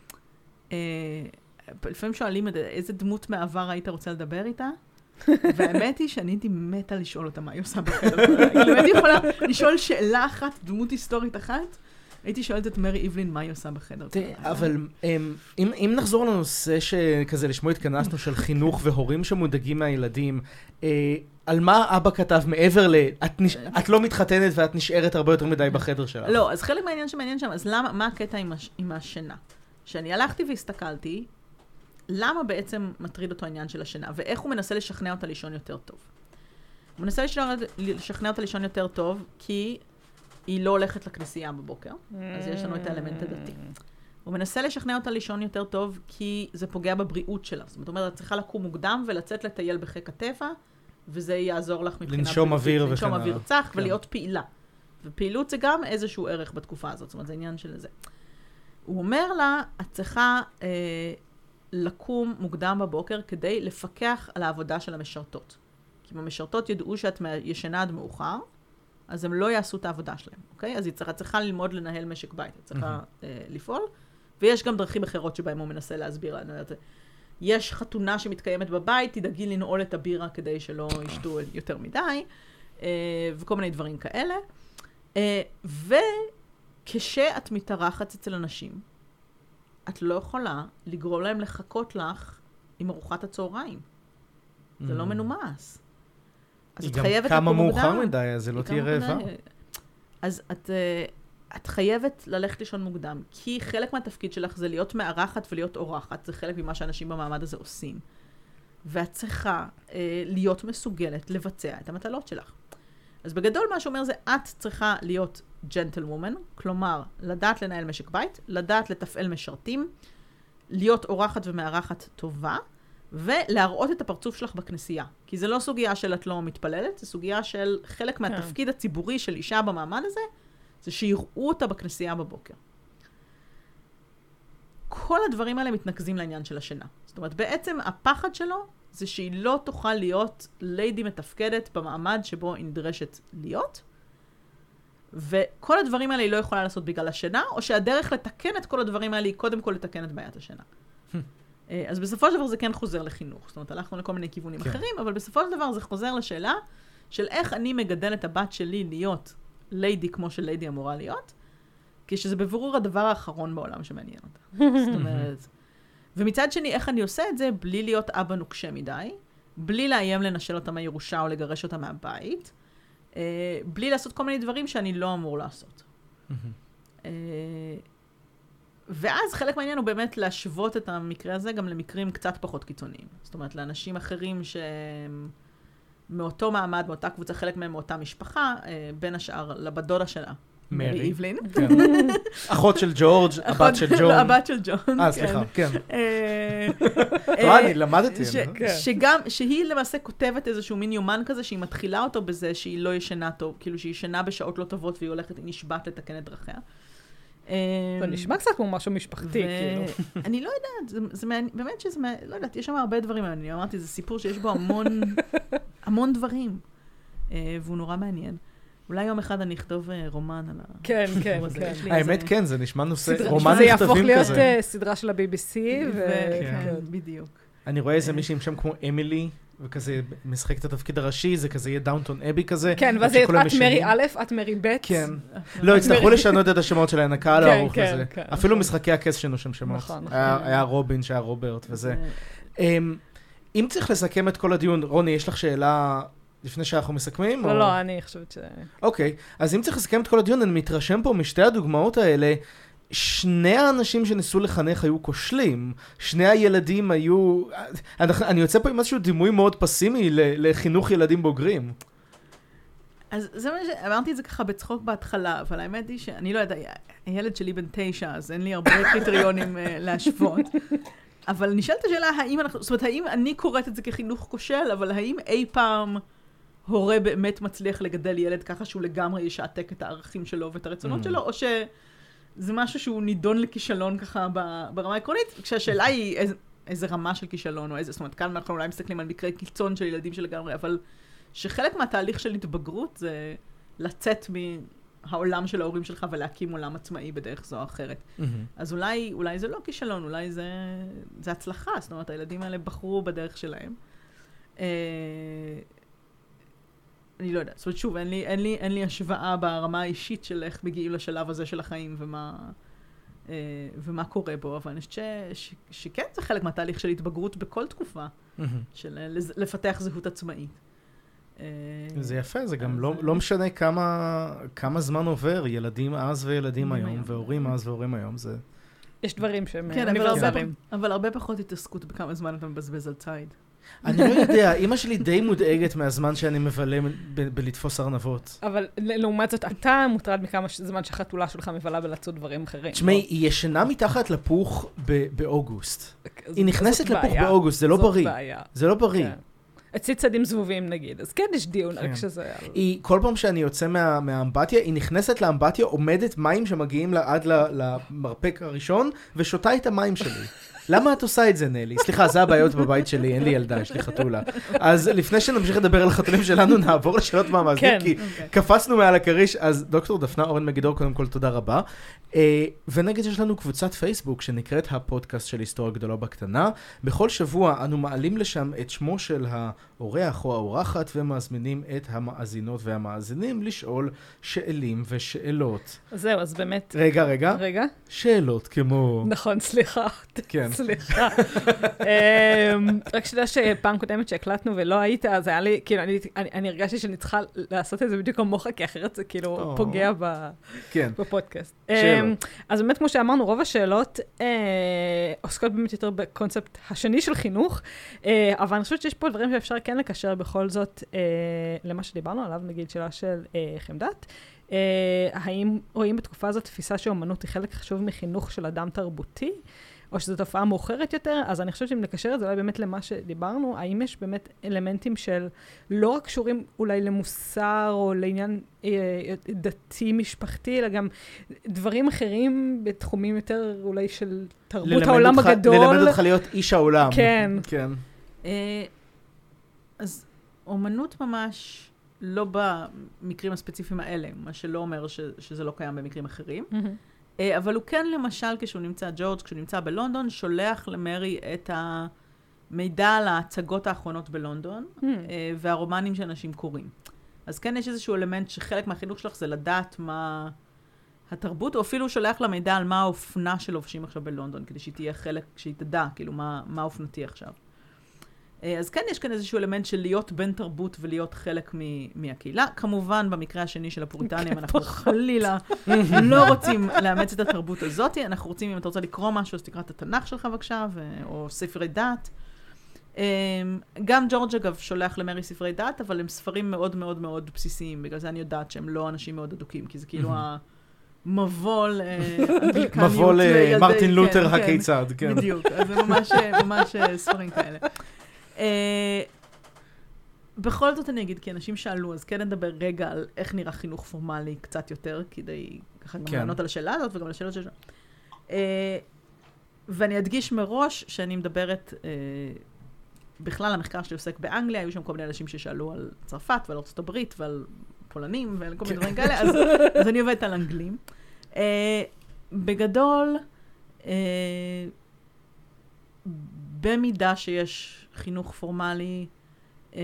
לפעמים שואלים איזה דמות מעבר היית רוצה לדבר איתה? והאמת היא שאני הייתי מתה לשאול אותה מה היא עושה בחדר. כאילו הייתי יכולה לשאול שאלה אחת, דמות היסטורית אחת, הייתי שואלת את מרי איבלין מה היא עושה בחדר. אבל אם נחזור לנושא שכזה לשמו התכנסנו של חינוך והורים שמודאגים מהילדים, על מה אבא כתב מעבר ל... את לא מתחתנת ואת נשארת הרבה יותר מדי בחדר שלך? לא, אז חלק מהעניין שמעניין שם, אז למה, מה הקטע עם השינה? שאני הלכתי והסתכלתי, למה בעצם מטריד אותו העניין של השינה, ואיך הוא מנסה לשכנע אותה לישון יותר טוב. הוא מנסה לשכנע אותה לישון יותר טוב, כי היא לא הולכת לכנסייה בבוקר, אז יש לנו את האלמנט הדתי. הוא מנסה לשכנע אותה לישון יותר טוב, כי זה פוגע בבריאות שלה. זאת אומרת, את צריכה לקום מוקדם ולצאת לטייל בחיק הטבע, וזה יעזור לך מבחינה... לנשום אוויר וכן. לנשום אוויר צח ולהיות פעילה. ופעילות זה גם איזשהו ערך בתקופה הזאת, זאת אומרת, זה עניין של זה. הוא אומר לה, את צריכה... אה, לקום מוקדם בבוקר כדי לפקח על העבודה של המשרתות. כי אם המשרתות ידעו שאת ישנה עד מאוחר, אז הם לא יעשו את העבודה שלהם, אוקיי? אז היא צריכה, צריכה ללמוד לנהל משק בית, היא צריכה mm-hmm. אה, לפעול, ויש גם דרכים אחרות שבהם הוא מנסה להסביר. אני יודעת, יש חתונה שמתקיימת בבית, תדאגי לנעול את הבירה כדי שלא ישתו יותר מדי, אה, וכל מיני דברים כאלה. אה, וכשאת מתארחת אצל אנשים, את לא יכולה לגרום להם לחכות לך עם ארוחת הצהריים. זה לא מנומס. אז היא את גם חייבת כמה לקום מאוחר מוקדם. מדי, אז זה לא היא תהיה כמה רעבה. מוקדם. אז את, אה, את חייבת ללכת לישון מוקדם, כי חלק מהתפקיד שלך זה להיות מארחת ולהיות אורחת. זה חלק ממה שאנשים במעמד הזה עושים. ואת צריכה אה, להיות מסוגלת לבצע את המטלות שלך. אז בגדול מה שאומר זה, את צריכה להיות ג'נטלוומן, כלומר, לדעת לנהל משק בית, לדעת לתפעל משרתים, להיות אורחת ומארחת טובה, ולהראות את הפרצוף שלך בכנסייה. כי זה לא סוגיה של את לא מתפללת, זה סוגיה של חלק מהתפקיד הציבורי של אישה במעמד הזה, זה שיראו אותה בכנסייה בבוקר. כל הדברים האלה מתנקזים לעניין של השינה. זאת אומרת, בעצם הפחד שלו זה שהיא לא תוכל להיות ליידי מתפקדת במעמד שבו היא נדרשת להיות, וכל הדברים האלה היא לא יכולה לעשות בגלל השינה, או שהדרך לתקן את כל הדברים האלה היא קודם כל לתקן את בעיית השינה. אז בסופו של דבר זה כן חוזר לחינוך. זאת אומרת, הלכנו לכל מיני כיוונים כן. אחרים, אבל בסופו של דבר זה חוזר לשאלה של איך אני מגדל את הבת שלי להיות ליידי כמו של ליידי אמורה להיות, כשזה בבירור הדבר האחרון בעולם שמעניין אותה. זאת אומרת, ומצד שני, איך אני עושה את זה בלי להיות אבא נוקשה מדי, בלי לאיים לנשל אותה מהירושה או לגרש אותה מהבית, אה, בלי לעשות כל מיני דברים שאני לא אמור לעשות. אה, ואז חלק מהעניין הוא באמת להשוות את המקרה הזה גם למקרים קצת פחות קיצוניים. זאת אומרת, לאנשים אחרים שמאותו מעמד, מאותה קבוצה, חלק מהם מאותה משפחה, אה, בין השאר לבת דודה שלה. מרי איבלין. אחות של ג'ורג', הבת של ג'ון. הבת של ג'ון, אה, סליחה, כן. אה, אני למדתי. שגם, שהיא למעשה כותבת איזשהו מין יומן כזה, שהיא מתחילה אותו בזה שהיא לא ישנה טוב, כאילו שהיא ישנה בשעות לא טובות, והיא הולכת, היא נשבעת לתקן את דרכיה. זה נשמע קצת כמו משהו משפחתי, כאילו. אני לא יודעת, זה באמת שזה, לא יודעת, יש שם הרבה דברים, אני אמרתי, זה סיפור שיש בו המון, המון דברים, והוא נורא מעניין. אולי יום אחד אני אכתוב רומן על ה... כן, כן, כן. האמת כן, זה נשמע נושא, רומן נכתבים כזה. זה יהפוך להיות סדרה של ה-בי בי סי, כן, בדיוק. אני רואה איזה מישהי עם שם כמו אמילי, וכזה משחק את התפקיד הראשי, זה כזה יהיה דאונטון אבי כזה. כן, ואז את מרי א', את מרי ב'. כן. לא, הצטרכו לשנות את השמות שלהן, הקהל הארוך הזה. אפילו משחקי הכס שינו שם שמות. נכון, נכון. היה רובין, שהיה רוברט וזה. אם צריך לסכם את כל הדיון, רוני, יש לך שאלה לפני שאנחנו מסכמים? לא, לא, אני חושבת ש... אוקיי, אז אם צריך לסכם את כל הדיון, אני מתרשם פה משתי הדוגמאות האלה, שני האנשים שניסו לחנך היו כושלים, שני הילדים היו... אני יוצא פה עם איזשהו דימוי מאוד פסימי לחינוך ילדים בוגרים. אז זה מה ש... אמרתי את זה ככה בצחוק בהתחלה, אבל האמת היא שאני לא יודעת, הילד שלי בן תשע, אז אין לי הרבה קריטריונים להשוות. אבל נשאלת השאלה, האם אנחנו... זאת אומרת, האם אני קוראת את זה כחינוך כושל, אבל האם אי פעם הורה באמת מצליח לגדל ילד ככה שהוא לגמרי ישעתק את הערכים שלו ואת הרצונות שלו, או ש... זה משהו שהוא נידון לכישלון ככה ברמה העקרונית, כשהשאלה היא איזה, איזה רמה של כישלון, או איזה, זאת אומרת, כאן אנחנו אולי מסתכלים על מקרי קיצון של ילדים שלגמרי, אבל שחלק מהתהליך של התבגרות זה לצאת מהעולם של ההורים שלך ולהקים עולם עצמאי בדרך זו או אחרת. Mm-hmm. אז אולי, אולי זה לא כישלון, אולי זה, זה הצלחה, זאת אומרת, הילדים האלה בחרו בדרך שלהם. אה, אני לא יודעת, זאת אומרת, שוב, אין לי, אין לי, אין לי השוואה ברמה האישית של איך מגיעים לשלב הזה של החיים ומה, אה, ומה קורה בו, אבל אני חושבת ש, ש, שכן זה חלק מהתהליך של התבגרות בכל תקופה, mm-hmm. של לפתח זהות עצמאית. אה, זה יפה, זה גם לא, לא משנה כמה, כמה זמן עובר, ילדים אז וילדים היום, היום, והורים אז והורים היום, זה... יש דברים שהם כן, אוניברסליים. אבל, אבל הרבה פחות התעסקות בכמה זמן אתה מבזבז על ציד. אני לא יודע, אמא שלי די מודאגת מהזמן שאני מבלה בלתפוס ארנבות. אבל לעומת זאת, אתה מוטרד מכמה זמן שהחתולה שלך מבלה בלצוד דברים אחרים. תשמעי, היא ישנה מתחת לפוך באוגוסט. היא נכנסת לפוך באוגוסט, זה לא בריא. זה לא בריא. אצלי צדים זבובים נגיד, אז כן יש דיון רק שזה... היא, כל פעם שאני יוצא מהאמבטיה, היא נכנסת לאמבטיה, עומדת מים שמגיעים עד למרפק הראשון, ושותה את המים שלי. למה את עושה את זה, נלי? סליחה, זה הבעיות בבית שלי, אין לי ילדה, יש לי חתולה. אז לפני שנמשיך לדבר על החתולים שלנו, נעבור לשאלות מהמאזינים, כי קפצנו מעל הכריש, אז דוקטור דפנה אורן מגידור, קודם כל תודה רבה. ונגיד יש לנו קבוצת פייסבוק שנקראת הפודקאסט של היסטוריה גדולה בקטנה. בכל שבוע אנו מעלים לשם את שמו של האורח או האורחת, ומזמינים את המאזינות והמאזינים לשאול שאלים ושאלות. זהו, אז באמת... רגע, רגע. רגע. שאלות כמו... נכון, סליחה. כן. סליחה. רק שתדע שפעם קודמת שהקלטנו ולא היית, אז היה לי, כאילו, אני הרגשתי שאני צריכה לעשות את זה בדיוק כמוך, כי אחרת זה כאילו פוגע בפודקאסט. אז באמת, כמו שאמרנו, רוב השאלות עוסקות באמת יותר בקונספט השני של חינוך, אבל אני חושבת שיש פה דברים שאפשר כן לקשר בכל זאת למה שדיברנו עליו, נגיד שאלה של חמדת. האם רואים בתקופה הזאת תפיסה שאומנות היא חלק חשוב מחינוך של אדם תרבותי, או שזו תופעה מאוחרת יותר? אז אני חושבת שאם נקשר את זה אולי באמת למה שדיברנו, האם יש באמת אלמנטים של לא רק קשורים אולי למוסר או לעניין אה, דתי משפחתי, אלא גם דברים אחרים בתחומים יותר אולי של תרבות העולם אותך, הגדול. ללמד אותך להיות איש העולם. כן. כן. אה, אז אומנות ממש לא במקרים הספציפיים האלה, מה שלא אומר ש, שזה לא קיים במקרים אחרים. Mm-hmm. אבל הוא כן, למשל, כשהוא נמצא, ג'ורג', כשהוא נמצא בלונדון, שולח למרי את המידע על ההצגות האחרונות בלונדון, mm-hmm. והרומנים שאנשים קוראים. אז כן, יש איזשהו אלמנט שחלק מהחינוך שלך זה לדעת מה התרבות, או אפילו הוא שולח למידע על מה האופנה שלובשים עכשיו בלונדון, כדי שהיא תהיה חלק, שהיא תדע, כאילו, מה, מה האופנתי עכשיו. אז כן, יש כאן איזשהו אלמנט של להיות בן תרבות ולהיות חלק מ- מהקהילה. כמובן, במקרה השני של הפוריטנים, אנחנו חלילה לא רוצים לאמץ את התרבות הזאת. אנחנו רוצים, אם אתה רוצה לקרוא משהו, אז תקרא את התנ"ך שלך בבקשה, ו- או ספרי דת. גם ג'ורג' אגב שולח למרי ספרי דת, אבל הם ספרים מאוד מאוד מאוד בסיסיים. בגלל זה אני יודעת שהם לא אנשים מאוד אדוקים, כי זה כאילו המבול אנגליקניות. מבול מרטין לותר הכיצד, כן. בדיוק, אז זה ממש ספרים כאלה. Uh, בכל זאת אני אגיד, כי אנשים שאלו, אז כן נדבר רגע על איך נראה חינוך פורמלי קצת יותר, כדי ככה גם לענות על השאלה הזאת וגם על השאלות שלנו. Uh, ואני אדגיש מראש שאני מדברת, uh, בכלל המחקר שלי עוסק באנגליה, היו שם כל מיני אנשים ששאלו על צרפת ועל ארצות הברית ועל פולנים ועל כל מיני דברים כאלה, אז, אז אני עובדת על אנגלים. Uh, בגדול, uh, במידה שיש חינוך פורמלי, אה,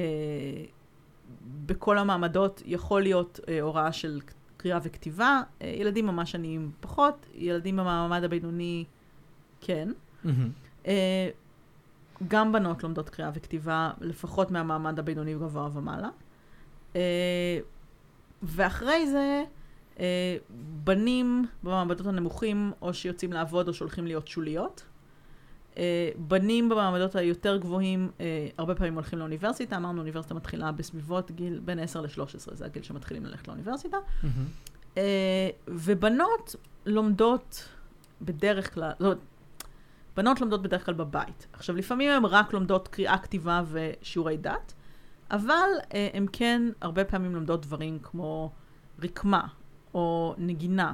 בכל המעמדות יכול להיות אה, הוראה של קריאה וכתיבה. אה, ילדים ממש עניים פחות, ילדים במעמד הבינוני כן. Mm-hmm. אה, גם בנות לומדות קריאה וכתיבה, לפחות מהמעמד הבינוני גבוה ומעלה. אה, ואחרי זה, אה, בנים במעמדות הנמוכים, או שיוצאים לעבוד או שהולכים להיות שוליות. Uh, בנים במעמדות היותר גבוהים, uh, הרבה פעמים הולכים לאוניברסיטה. אמרנו, אוניברסיטה מתחילה בסביבות גיל בין עשר ל-שלוש עשרה, זה הגיל שמתחילים ללכת לאוניברסיטה. Mm-hmm. Uh, ובנות לומדות בדרך כלל, זאת אומרת, בנות לומדות בדרך כלל בבית. עכשיו, לפעמים הן רק לומדות קריאה, כתיבה ושיעורי דת, אבל uh, הן כן הרבה פעמים לומדות דברים כמו רקמה או נגינה,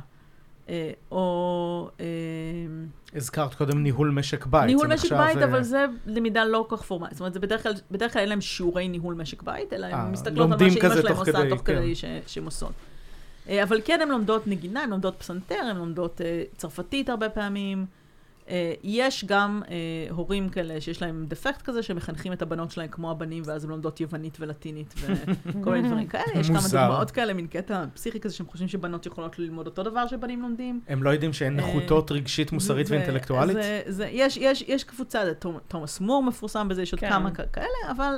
או... הזכרת קודם ניהול משק בית. ניהול משק בית, אבל זה למידה לא כל כך פורמלית. זאת אומרת, זה בדרך כלל, בדרך כלל אין להם שיעורי ניהול משק בית, אלא הם מסתכלות על מה שאמא שלהם עושה תוך כדי שהן עושות. אבל כן, הן לומדות נגינה, הן לומדות פסנתר, הן לומדות צרפתית הרבה פעמים. יש גם הורים כאלה שיש להם דפקט כזה, שמחנכים את הבנות שלהם כמו הבנים, ואז הם לומדות יוונית ולטינית וכל מיני דברים כאלה. יש כמה דוגמאות כאלה, מין קטע פסיכי כזה, שהם חושבים שבנות יכולות ללמוד אותו דבר שבנים לומדים. הם לא יודעים שהן נחותות רגשית, מוסרית ואינטלקטואלית? יש קבוצה, תומאס מור מפורסם בזה, יש עוד כמה כאלה, אבל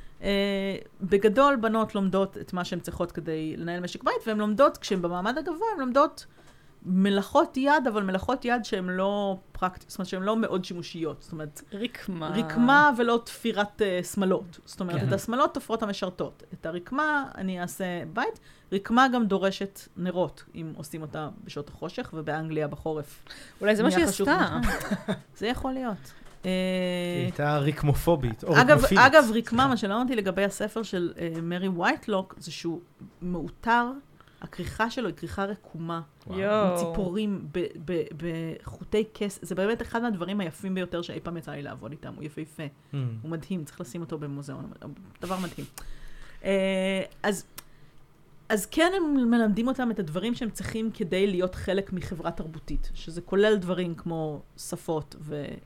בגדול בנות לומדות את מה שהן צריכות כדי לנהל משק בית, והן לומדות, כשהן במעמד הגבוה, הן לומדות מלאכות יד, אבל מלאכות יד שהן לא פרקטיות, זאת אומרת שהן לא מאוד שימושיות. זאת אומרת, רקמה. רקמה ולא תפירת uh, סמלות. זאת אומרת, כן. את הסמלות תופרות המשרתות. את הרקמה אני אעשה בית. רקמה גם דורשת נרות, אם עושים אותה בשעות החושך, ובאנגליה בחורף. אולי זה מה שהיא עשתה. זה יכול להיות. היא הייתה רקמופובית, או אגב, רקמופילית. אגב, רקמה, מה שלא אמרתי לגבי הספר של uh, מרי וייטלוק, זה שהוא מאותר, הכריכה שלו היא כריכה רקומה. עם ציפורים בחוטי כס. זה באמת אחד מהדברים היפים ביותר שאי פעם יצא לי לעבוד איתם. הוא יפהפה. Mm. הוא מדהים. צריך לשים אותו במוזיאון. דבר מדהים. Uh, אז, אז כן הם מלמדים אותם את הדברים שהם צריכים כדי להיות חלק מחברה תרבותית. שזה כולל דברים כמו שפות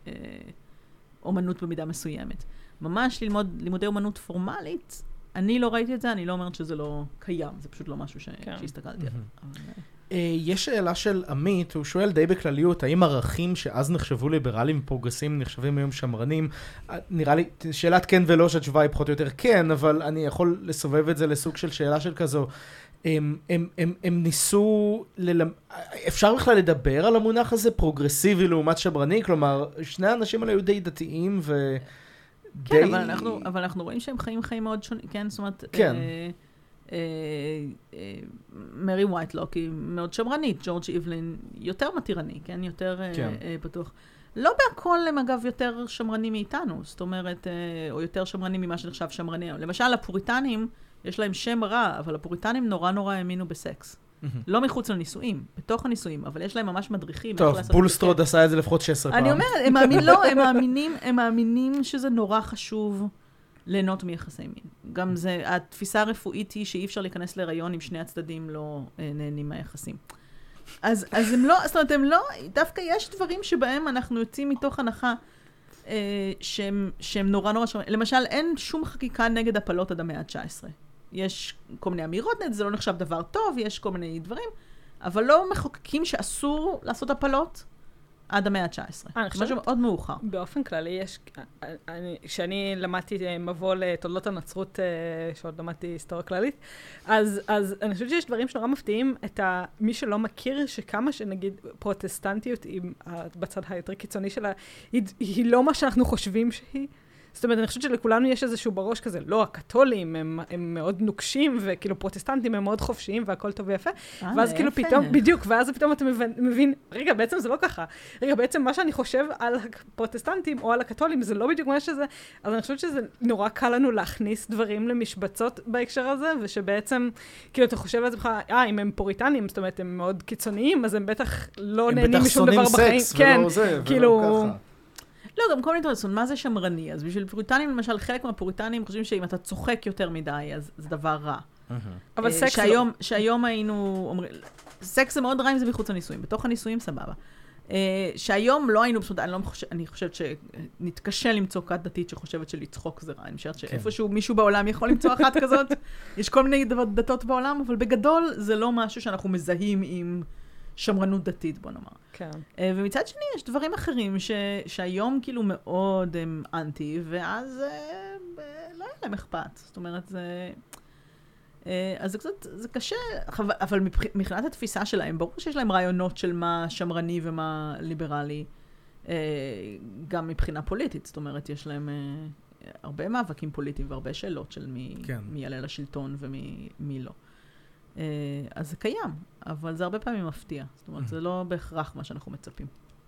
ואומנות במידה מסוימת. ממש ללמוד לימודי אומנות פורמלית, אני לא ראיתי את זה, אני לא אומרת שזה לא קיים. זה פשוט לא משהו ש... כן. שהסתכלתי עליו. יש שאלה של עמית, הוא שואל די בכלליות, האם ערכים שאז נחשבו ליברליים ופרוגרסיים נחשבים היום שמרנים? נראה לי, שאלת כן ולא, שהתשובה היא פחות או יותר כן, אבל אני יכול לסובב את זה לסוג של שאלה של כזו. הם, הם, הם, הם ניסו, ללמ... אפשר בכלל לדבר על המונח הזה, פרוגרסיבי לעומת שמרני? כלומר, שני האנשים האלה היו די דתיים ו... כן, די... אבל, אנחנו, אבל אנחנו רואים שהם חיים חיים מאוד שונים, כן? זאת אומרת... כן. אה... מרי וייטלוק היא מאוד שמרנית, ג'ורג' איבלין יותר מתירני, כן? יותר פתוח. לא בהכל הם אגב יותר שמרנים מאיתנו, זאת אומרת, או יותר שמרנים ממה שנחשב שמרני. למשל, הפוריטנים, יש להם שם רע, אבל הפוריטנים נורא נורא האמינו בסקס. לא מחוץ לנישואים, בתוך הנישואים, אבל יש להם ממש מדריכים. טוב, בולסטרוד עשה את זה לפחות שש עשרה פעם. אני אומרת, לא, הם מאמינים שזה נורא חשוב ליהנות מיחסי מין. גם זה, התפיסה הרפואית היא שאי אפשר להיכנס להיריון אם שני הצדדים לא אה, נהנים מהיחסים. אז, אז הם לא, זאת אומרת, הם לא, דווקא יש דברים שבהם אנחנו יוצאים מתוך הנחה אה, שהם, שהם נורא נורא שומעים. למשל, אין שום חקיקה נגד הפלות עד המאה ה-תשע עשרה. יש כל מיני אמירות נגד, זה לא נחשב דבר טוב, יש כל מיני דברים, אבל לא מחוקקים שאסור לעשות הפלות עד המאה ה-תשע עשרה. משהו מאוד מאוחר. באופן כללי יש, כשאני למדתי מבוא לתולדות הנצרות, שעוד למדתי היסטוריה כללית, אז, אז אני חושבת שיש דברים שנורא מפתיעים את מי שלא מכיר, שכמה שנגיד פרוטסטנטיות בצד היותר קיצוני שלה, היא, היא לא מה שאנחנו חושבים שהיא. זאת אומרת, אני חושבת שלכולנו יש איזשהו בראש כזה, לא, הקתולים הם, הם מאוד נוקשים, וכאילו פרוטסטנטים הם מאוד חופשיים, והכל טוב ויפה. אה, ואז כאילו יפה. פתאום, בדיוק, ואז פתאום אתה מבין, מבין, רגע, בעצם זה לא ככה. רגע, בעצם מה שאני חושב על הפרוטסטנטים או על הקתולים, זה לא בדיוק מה שזה. אז אני חושבת שזה נורא קל לנו להכניס דברים למשבצות בהקשר הזה, ושבעצם, כאילו, אתה חושב על זה בכלל, אה, אם הם פוריטנים, זאת אומרת, הם מאוד קיצוניים, אז הם בטח לא נהנים משום דבר בחיים. הם בטח שונאים סקס, ולא זה, ולא ככה. לא, גם כל מיני דברים, מה זה שמרני? אז בשביל פוריטנים, למשל, חלק מהפוריטנים חושבים שאם אתה צוחק יותר מדי, אז זה דבר רע. אבל סקס שהיום, לא. שהיום היינו אומרים, סקס זה מאוד רע אם זה מחוץ לנישואים, בתוך הנישואים סבבה. שהיום לא היינו, פשוט, אני, לא חושב, אני חושבת שנתקשה למצוא כת דתית שחושבת שלצחוק זה רע. אני חושבת שאיפשהו מישהו בעולם יכול למצוא אחת כזאת, יש כל מיני דתות בעולם, אבל בגדול זה לא משהו שאנחנו מזהים עם שמרנות דתית, בוא נאמר. כן. ומצד שני, יש דברים אחרים ש, שהיום כאילו מאוד הם אנטי, ואז לא היה להם אכפת. זאת אומרת, זה... אז זה קצת, זה קשה, אבל מבחינת התפיסה שלהם, ברור שיש להם רעיונות של מה שמרני ומה ליברלי, גם מבחינה פוליטית. זאת אומרת, יש להם הרבה מאבקים פוליטיים והרבה שאלות של מי, כן. מי יעלה לשלטון ומי לא. אז זה קיים, אבל זה הרבה פעמים מפתיע. זאת אומרת, זה לא בהכרח מה שאנחנו מצפים.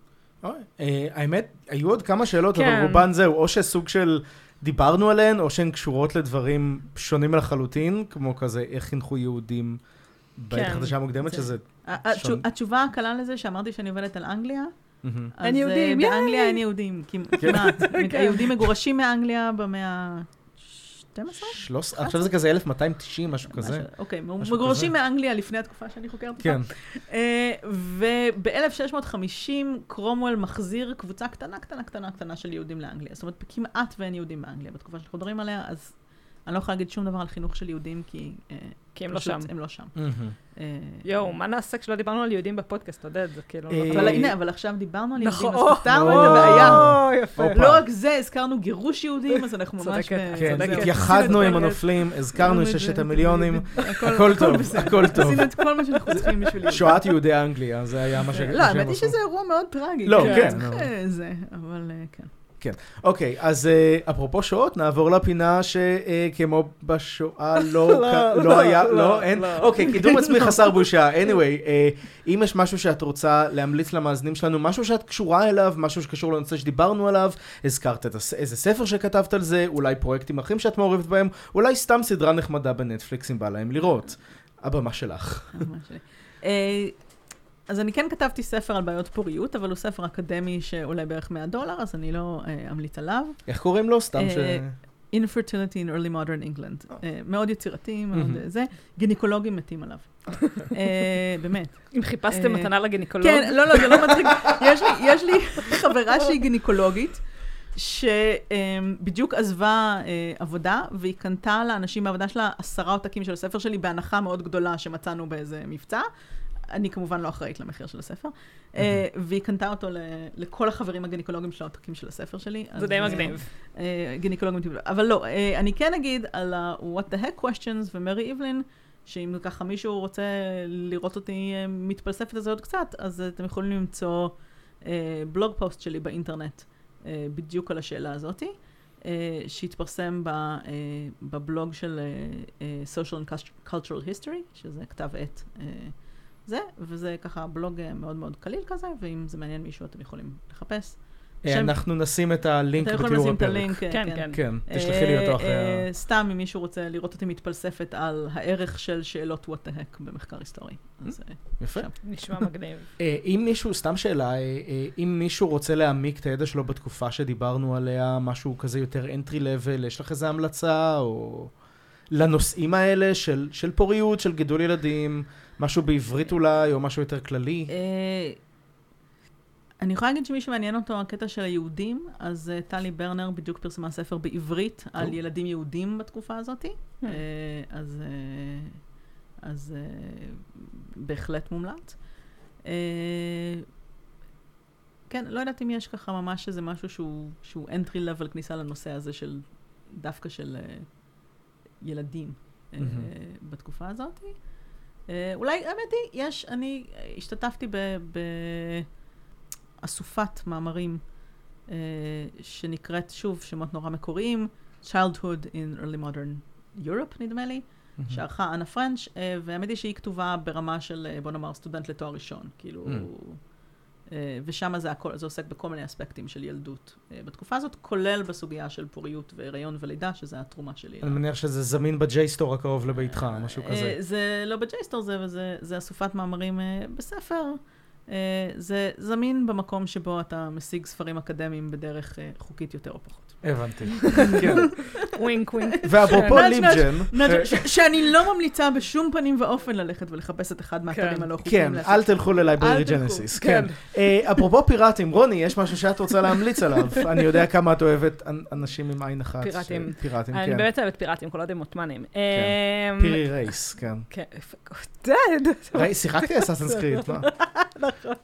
האמת, היו עוד כמה שאלות, אבל רובן זהו, או שסוג של דיברנו עליהן, או שהן קשורות לדברים שונים לחלוטין, כמו כזה, איך חינכו יהודים בעת החדשה המוקדמת, שזה... התשובה הקלה לזה, שאמרתי שאני עובדת על אנגליה, אין יהודים, יאי! באנגליה אין יהודים, כמעט. היהודים מגורשים מאנגליה במאה... שתים עשרה? עכשיו זה כזה אלף מאתיים ותשעים, משהו כזה. אוקיי, מגורשים מאנגליה לפני התקופה שאני חוקרת אותה. כן. וב-אלף שש מאות וחמישים קרומוול מחזיר קבוצה קטנה, קטנה, קטנה, קטנה של יהודים לאנגליה. זאת אומרת, כמעט ואין יהודים באנגליה. בתקופה שאנחנו מדברים עליה, אז אני לא יכולה להגיד שום דבר על חינוך של יהודים, כי... כי הם לא שם. הם לא שם. יואו, מה נעשה כשלא דיברנו על יהודים בפודקאסט, אתה יודע, זה כאילו... אבל הנה, אבל עכשיו דיברנו על יהודים, אז פתרנו את הבעיה. לא רק זה, הזכרנו גירוש יהודים, אז אנחנו ממש... כן, התייחדנו עם הנופלים, הזכרנו ששת המיליונים, הכל טוב, הכל טוב. עשינו את כל מה שאנחנו צריכים בשביל... שואת יהודי אנגליה, זה היה מה ש... לא, האמת היא שזה אירוע מאוד טרגי. לא, כן. אבל כן. כן. אוקיי, אז אפרופו שואות, נעבור לפינה שכמו בשואה לא היה, לא, אין. אוקיי, קידום עצמי חסר בושה. anyway, אם יש משהו שאת רוצה להמליץ למאזינים שלנו, משהו שאת קשורה אליו, משהו שקשור לנושא שדיברנו עליו, הזכרת איזה ספר שכתבת על זה, אולי פרויקטים אחרים שאת מעורבת בהם, אולי סתם סדרה נחמדה בנטפליקס אם בא להם לראות. הבמה שלך. אז אני כן כתבתי ספר על בעיות פוריות, אבל הוא ספר אקדמי שעולה בערך מאה דולר, אז אני לא אמליץ עליו. איך קוראים לו? סתם ש... Infertility in Early Modern England. מאוד יצירתי, מאוד זה. גינקולוגים מתים עליו. באמת. אם חיפשתם מתנה לגינקולוג. כן, לא, לא, זה לא מצחיק. יש לי חברה שהיא גינקולוגית, שבדיוק עזבה עבודה, והיא קנתה לאנשים בעבודה שלה עשרה עותקים של הספר שלי, בהנחה מאוד גדולה שמצאנו באיזה מבצע. אני כמובן לא אחראית למחיר של הספר, והיא קנתה אותו לכל החברים הגינקולוגים של העותקים של הספר שלי. זה די מגניב. גינקולוגים, אבל לא, אני כן אגיד על ה-What the heck questions ומרי איבלין, שאם ככה מישהו רוצה לראות אותי מתפלספת את זה עוד קצת, אז אתם יכולים למצוא בלוג פוסט שלי באינטרנט, בדיוק על השאלה הזאת, שהתפרסם בבלוג של Social and Cultural History, שזה כתב עת זה, וזה ככה בלוג מאוד מאוד קליל כזה, ואם זה מעניין מישהו אתם יכולים לחפש. אנחנו נשים את הלינק בתיאור הפרק. אתם יכולים לשים את הלינק, כן, כן. כן, תשלחי לי אותו אחרי... סתם אם מישהו רוצה לראות אותי מתפלספת על הערך של שאלות what the heck במחקר היסטורי. יפה. נשמע מגניב. אם מישהו, סתם שאלה, אם מישהו רוצה להעמיק את הידע שלו בתקופה שדיברנו עליה, משהו כזה יותר entry level, יש לך איזו המלצה, או לנושאים האלה של פוריות, של גידול ילדים, משהו בעברית אולי, או משהו יותר כללי? אני יכולה להגיד שמי שמעניין אותו הקטע של היהודים, אז טלי ברנר בדיוק פרסמה ספר בעברית על ילדים יהודים בתקופה הזאת. אז, אז בהחלט מומלץ. כן, לא יודעת אם יש ככה ממש איזה משהו שהוא, שהוא entry level כניסה לנושא הזה של דווקא של ילדים בתקופה הזאת. אולי, האמת היא, יש, אני השתתפתי ב... ב אסופת מאמרים uh, שנקראת שוב שמות נורא מקוריים, Childhood in Early Modern Europe, נדמה לי, mm-hmm. שערכה אנה פרנץ', uh, והאמת היא שהיא כתובה ברמה של, uh, בוא נאמר, סטודנט לתואר ראשון, כאילו, mm-hmm. uh, ושם זה, הכל, זה עוסק בכל מיני אספקטים של ילדות. Uh, בתקופה הזאת, כולל בסוגיה של פוריות והיריון ולידה, שזה התרומה שלי. אני מניח שזה זמין בג'ייסטור הקרוב לביתך, משהו כזה. Uh, זה לא בג'ייסטור, זה, זה, זה אסופת מאמרים uh, בספר, Uh, זה זמין במקום שבו אתה משיג ספרים אקדמיים בדרך uh, חוקית יותר או פחות. הבנתי. כן. ווינק ווינק. ואפרופו ליבג'ן. שאני לא ממליצה בשום פנים ואופן ללכת ולחפש את אחד מהאתרים הלא חוקיים. כן, אל תלכו ללייברי ג'נסיס. כן. אפרופו פיראטים, רוני, יש משהו שאת רוצה להמליץ עליו. אני יודע כמה את אוהבת אנשים עם עין אחת. פיראטים. פיראטים, כן. אני באמת אוהבת פיראטים, כל עוד הם עות'מאנים. פירי רייס, כן. כן. דד. שיחקתי אסאסינס קריד, מה? נכון.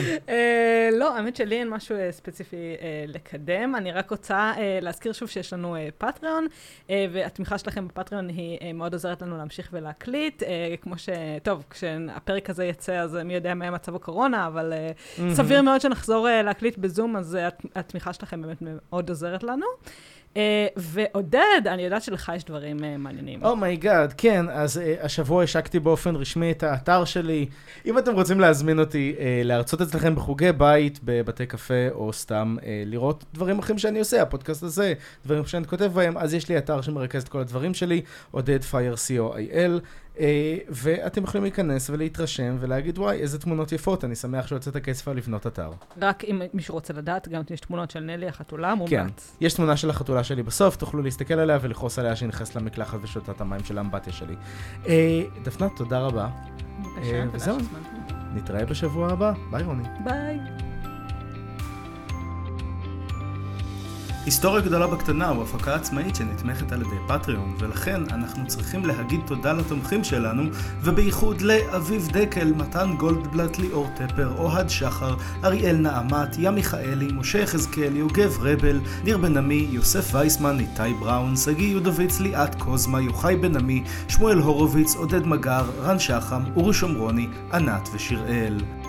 לא, האמת שלי אין משהו ספציפי לקדם. אני רק רוצה להזכיר שוב שיש לנו פטריון, והתמיכה שלכם בפטריון היא מאוד עוזרת לנו להמשיך ולהקליט. כמו ש... טוב, כשהפרק הזה יצא, אז מי יודע מה מצב הקורונה, אבל סביר מאוד שנחזור להקליט בזום, אז התמיכה שלכם באמת מאוד עוזרת לנו. Uh, ועודד, אני יודעת שלך יש דברים uh, מעניינים. אומייגאד, כן, אז uh, השבוע השקתי באופן רשמי את האתר שלי. אם אתם רוצים להזמין אותי uh, להרצות אצלכם בחוגי בית, בבתי קפה, או סתם uh, לראות דברים אחרים שאני עושה, הפודקאסט הזה, דברים שאני כותב בהם, אז יש לי אתר שמרכז את כל הדברים שלי, עודד פייר סי או איי אל, uh, ואתם יכולים להיכנס ולהתרשם ולהגיד, וואי, איזה תמונות יפות, אני שמח שהוצאת הכסף על לבנות אתר. רק אם מישהו רוצה לדעת, גם יש תמונות של נלי, החתולה, מומלץ. כן, יש תמונה של החתולה שלי בסוף, תוכלו להסתכל עליה ולחוס עליה שנכנס למקלחת ושותה את המים של האמבטיה שלי. דפנה, תודה רבה. וזהו, נתראה בשבוע הבא. ביי רוני. ביי. היסטוריה גדולה בקטנה הוא הפקה עצמאית שנתמכת על ידי פטריון, ולכן אנחנו צריכים להגיד תודה לתומכים שלנו, ובייחוד לאביב דקל, מתן גולדבלט, ליאור טפר, אוהד שחר, אריאל נעמת, ים מיכאלי, משה יחזקאל, יוגב רבל, ניר בן עמי, יוסף וייסמן, איתי בראון, סגי יודוביץ, ליאת קוזמה, יוחאי בן עמי, שמואל הורוביץ, עודד מגר, רן שחם, אורי שומרוני, ענת ושיראל.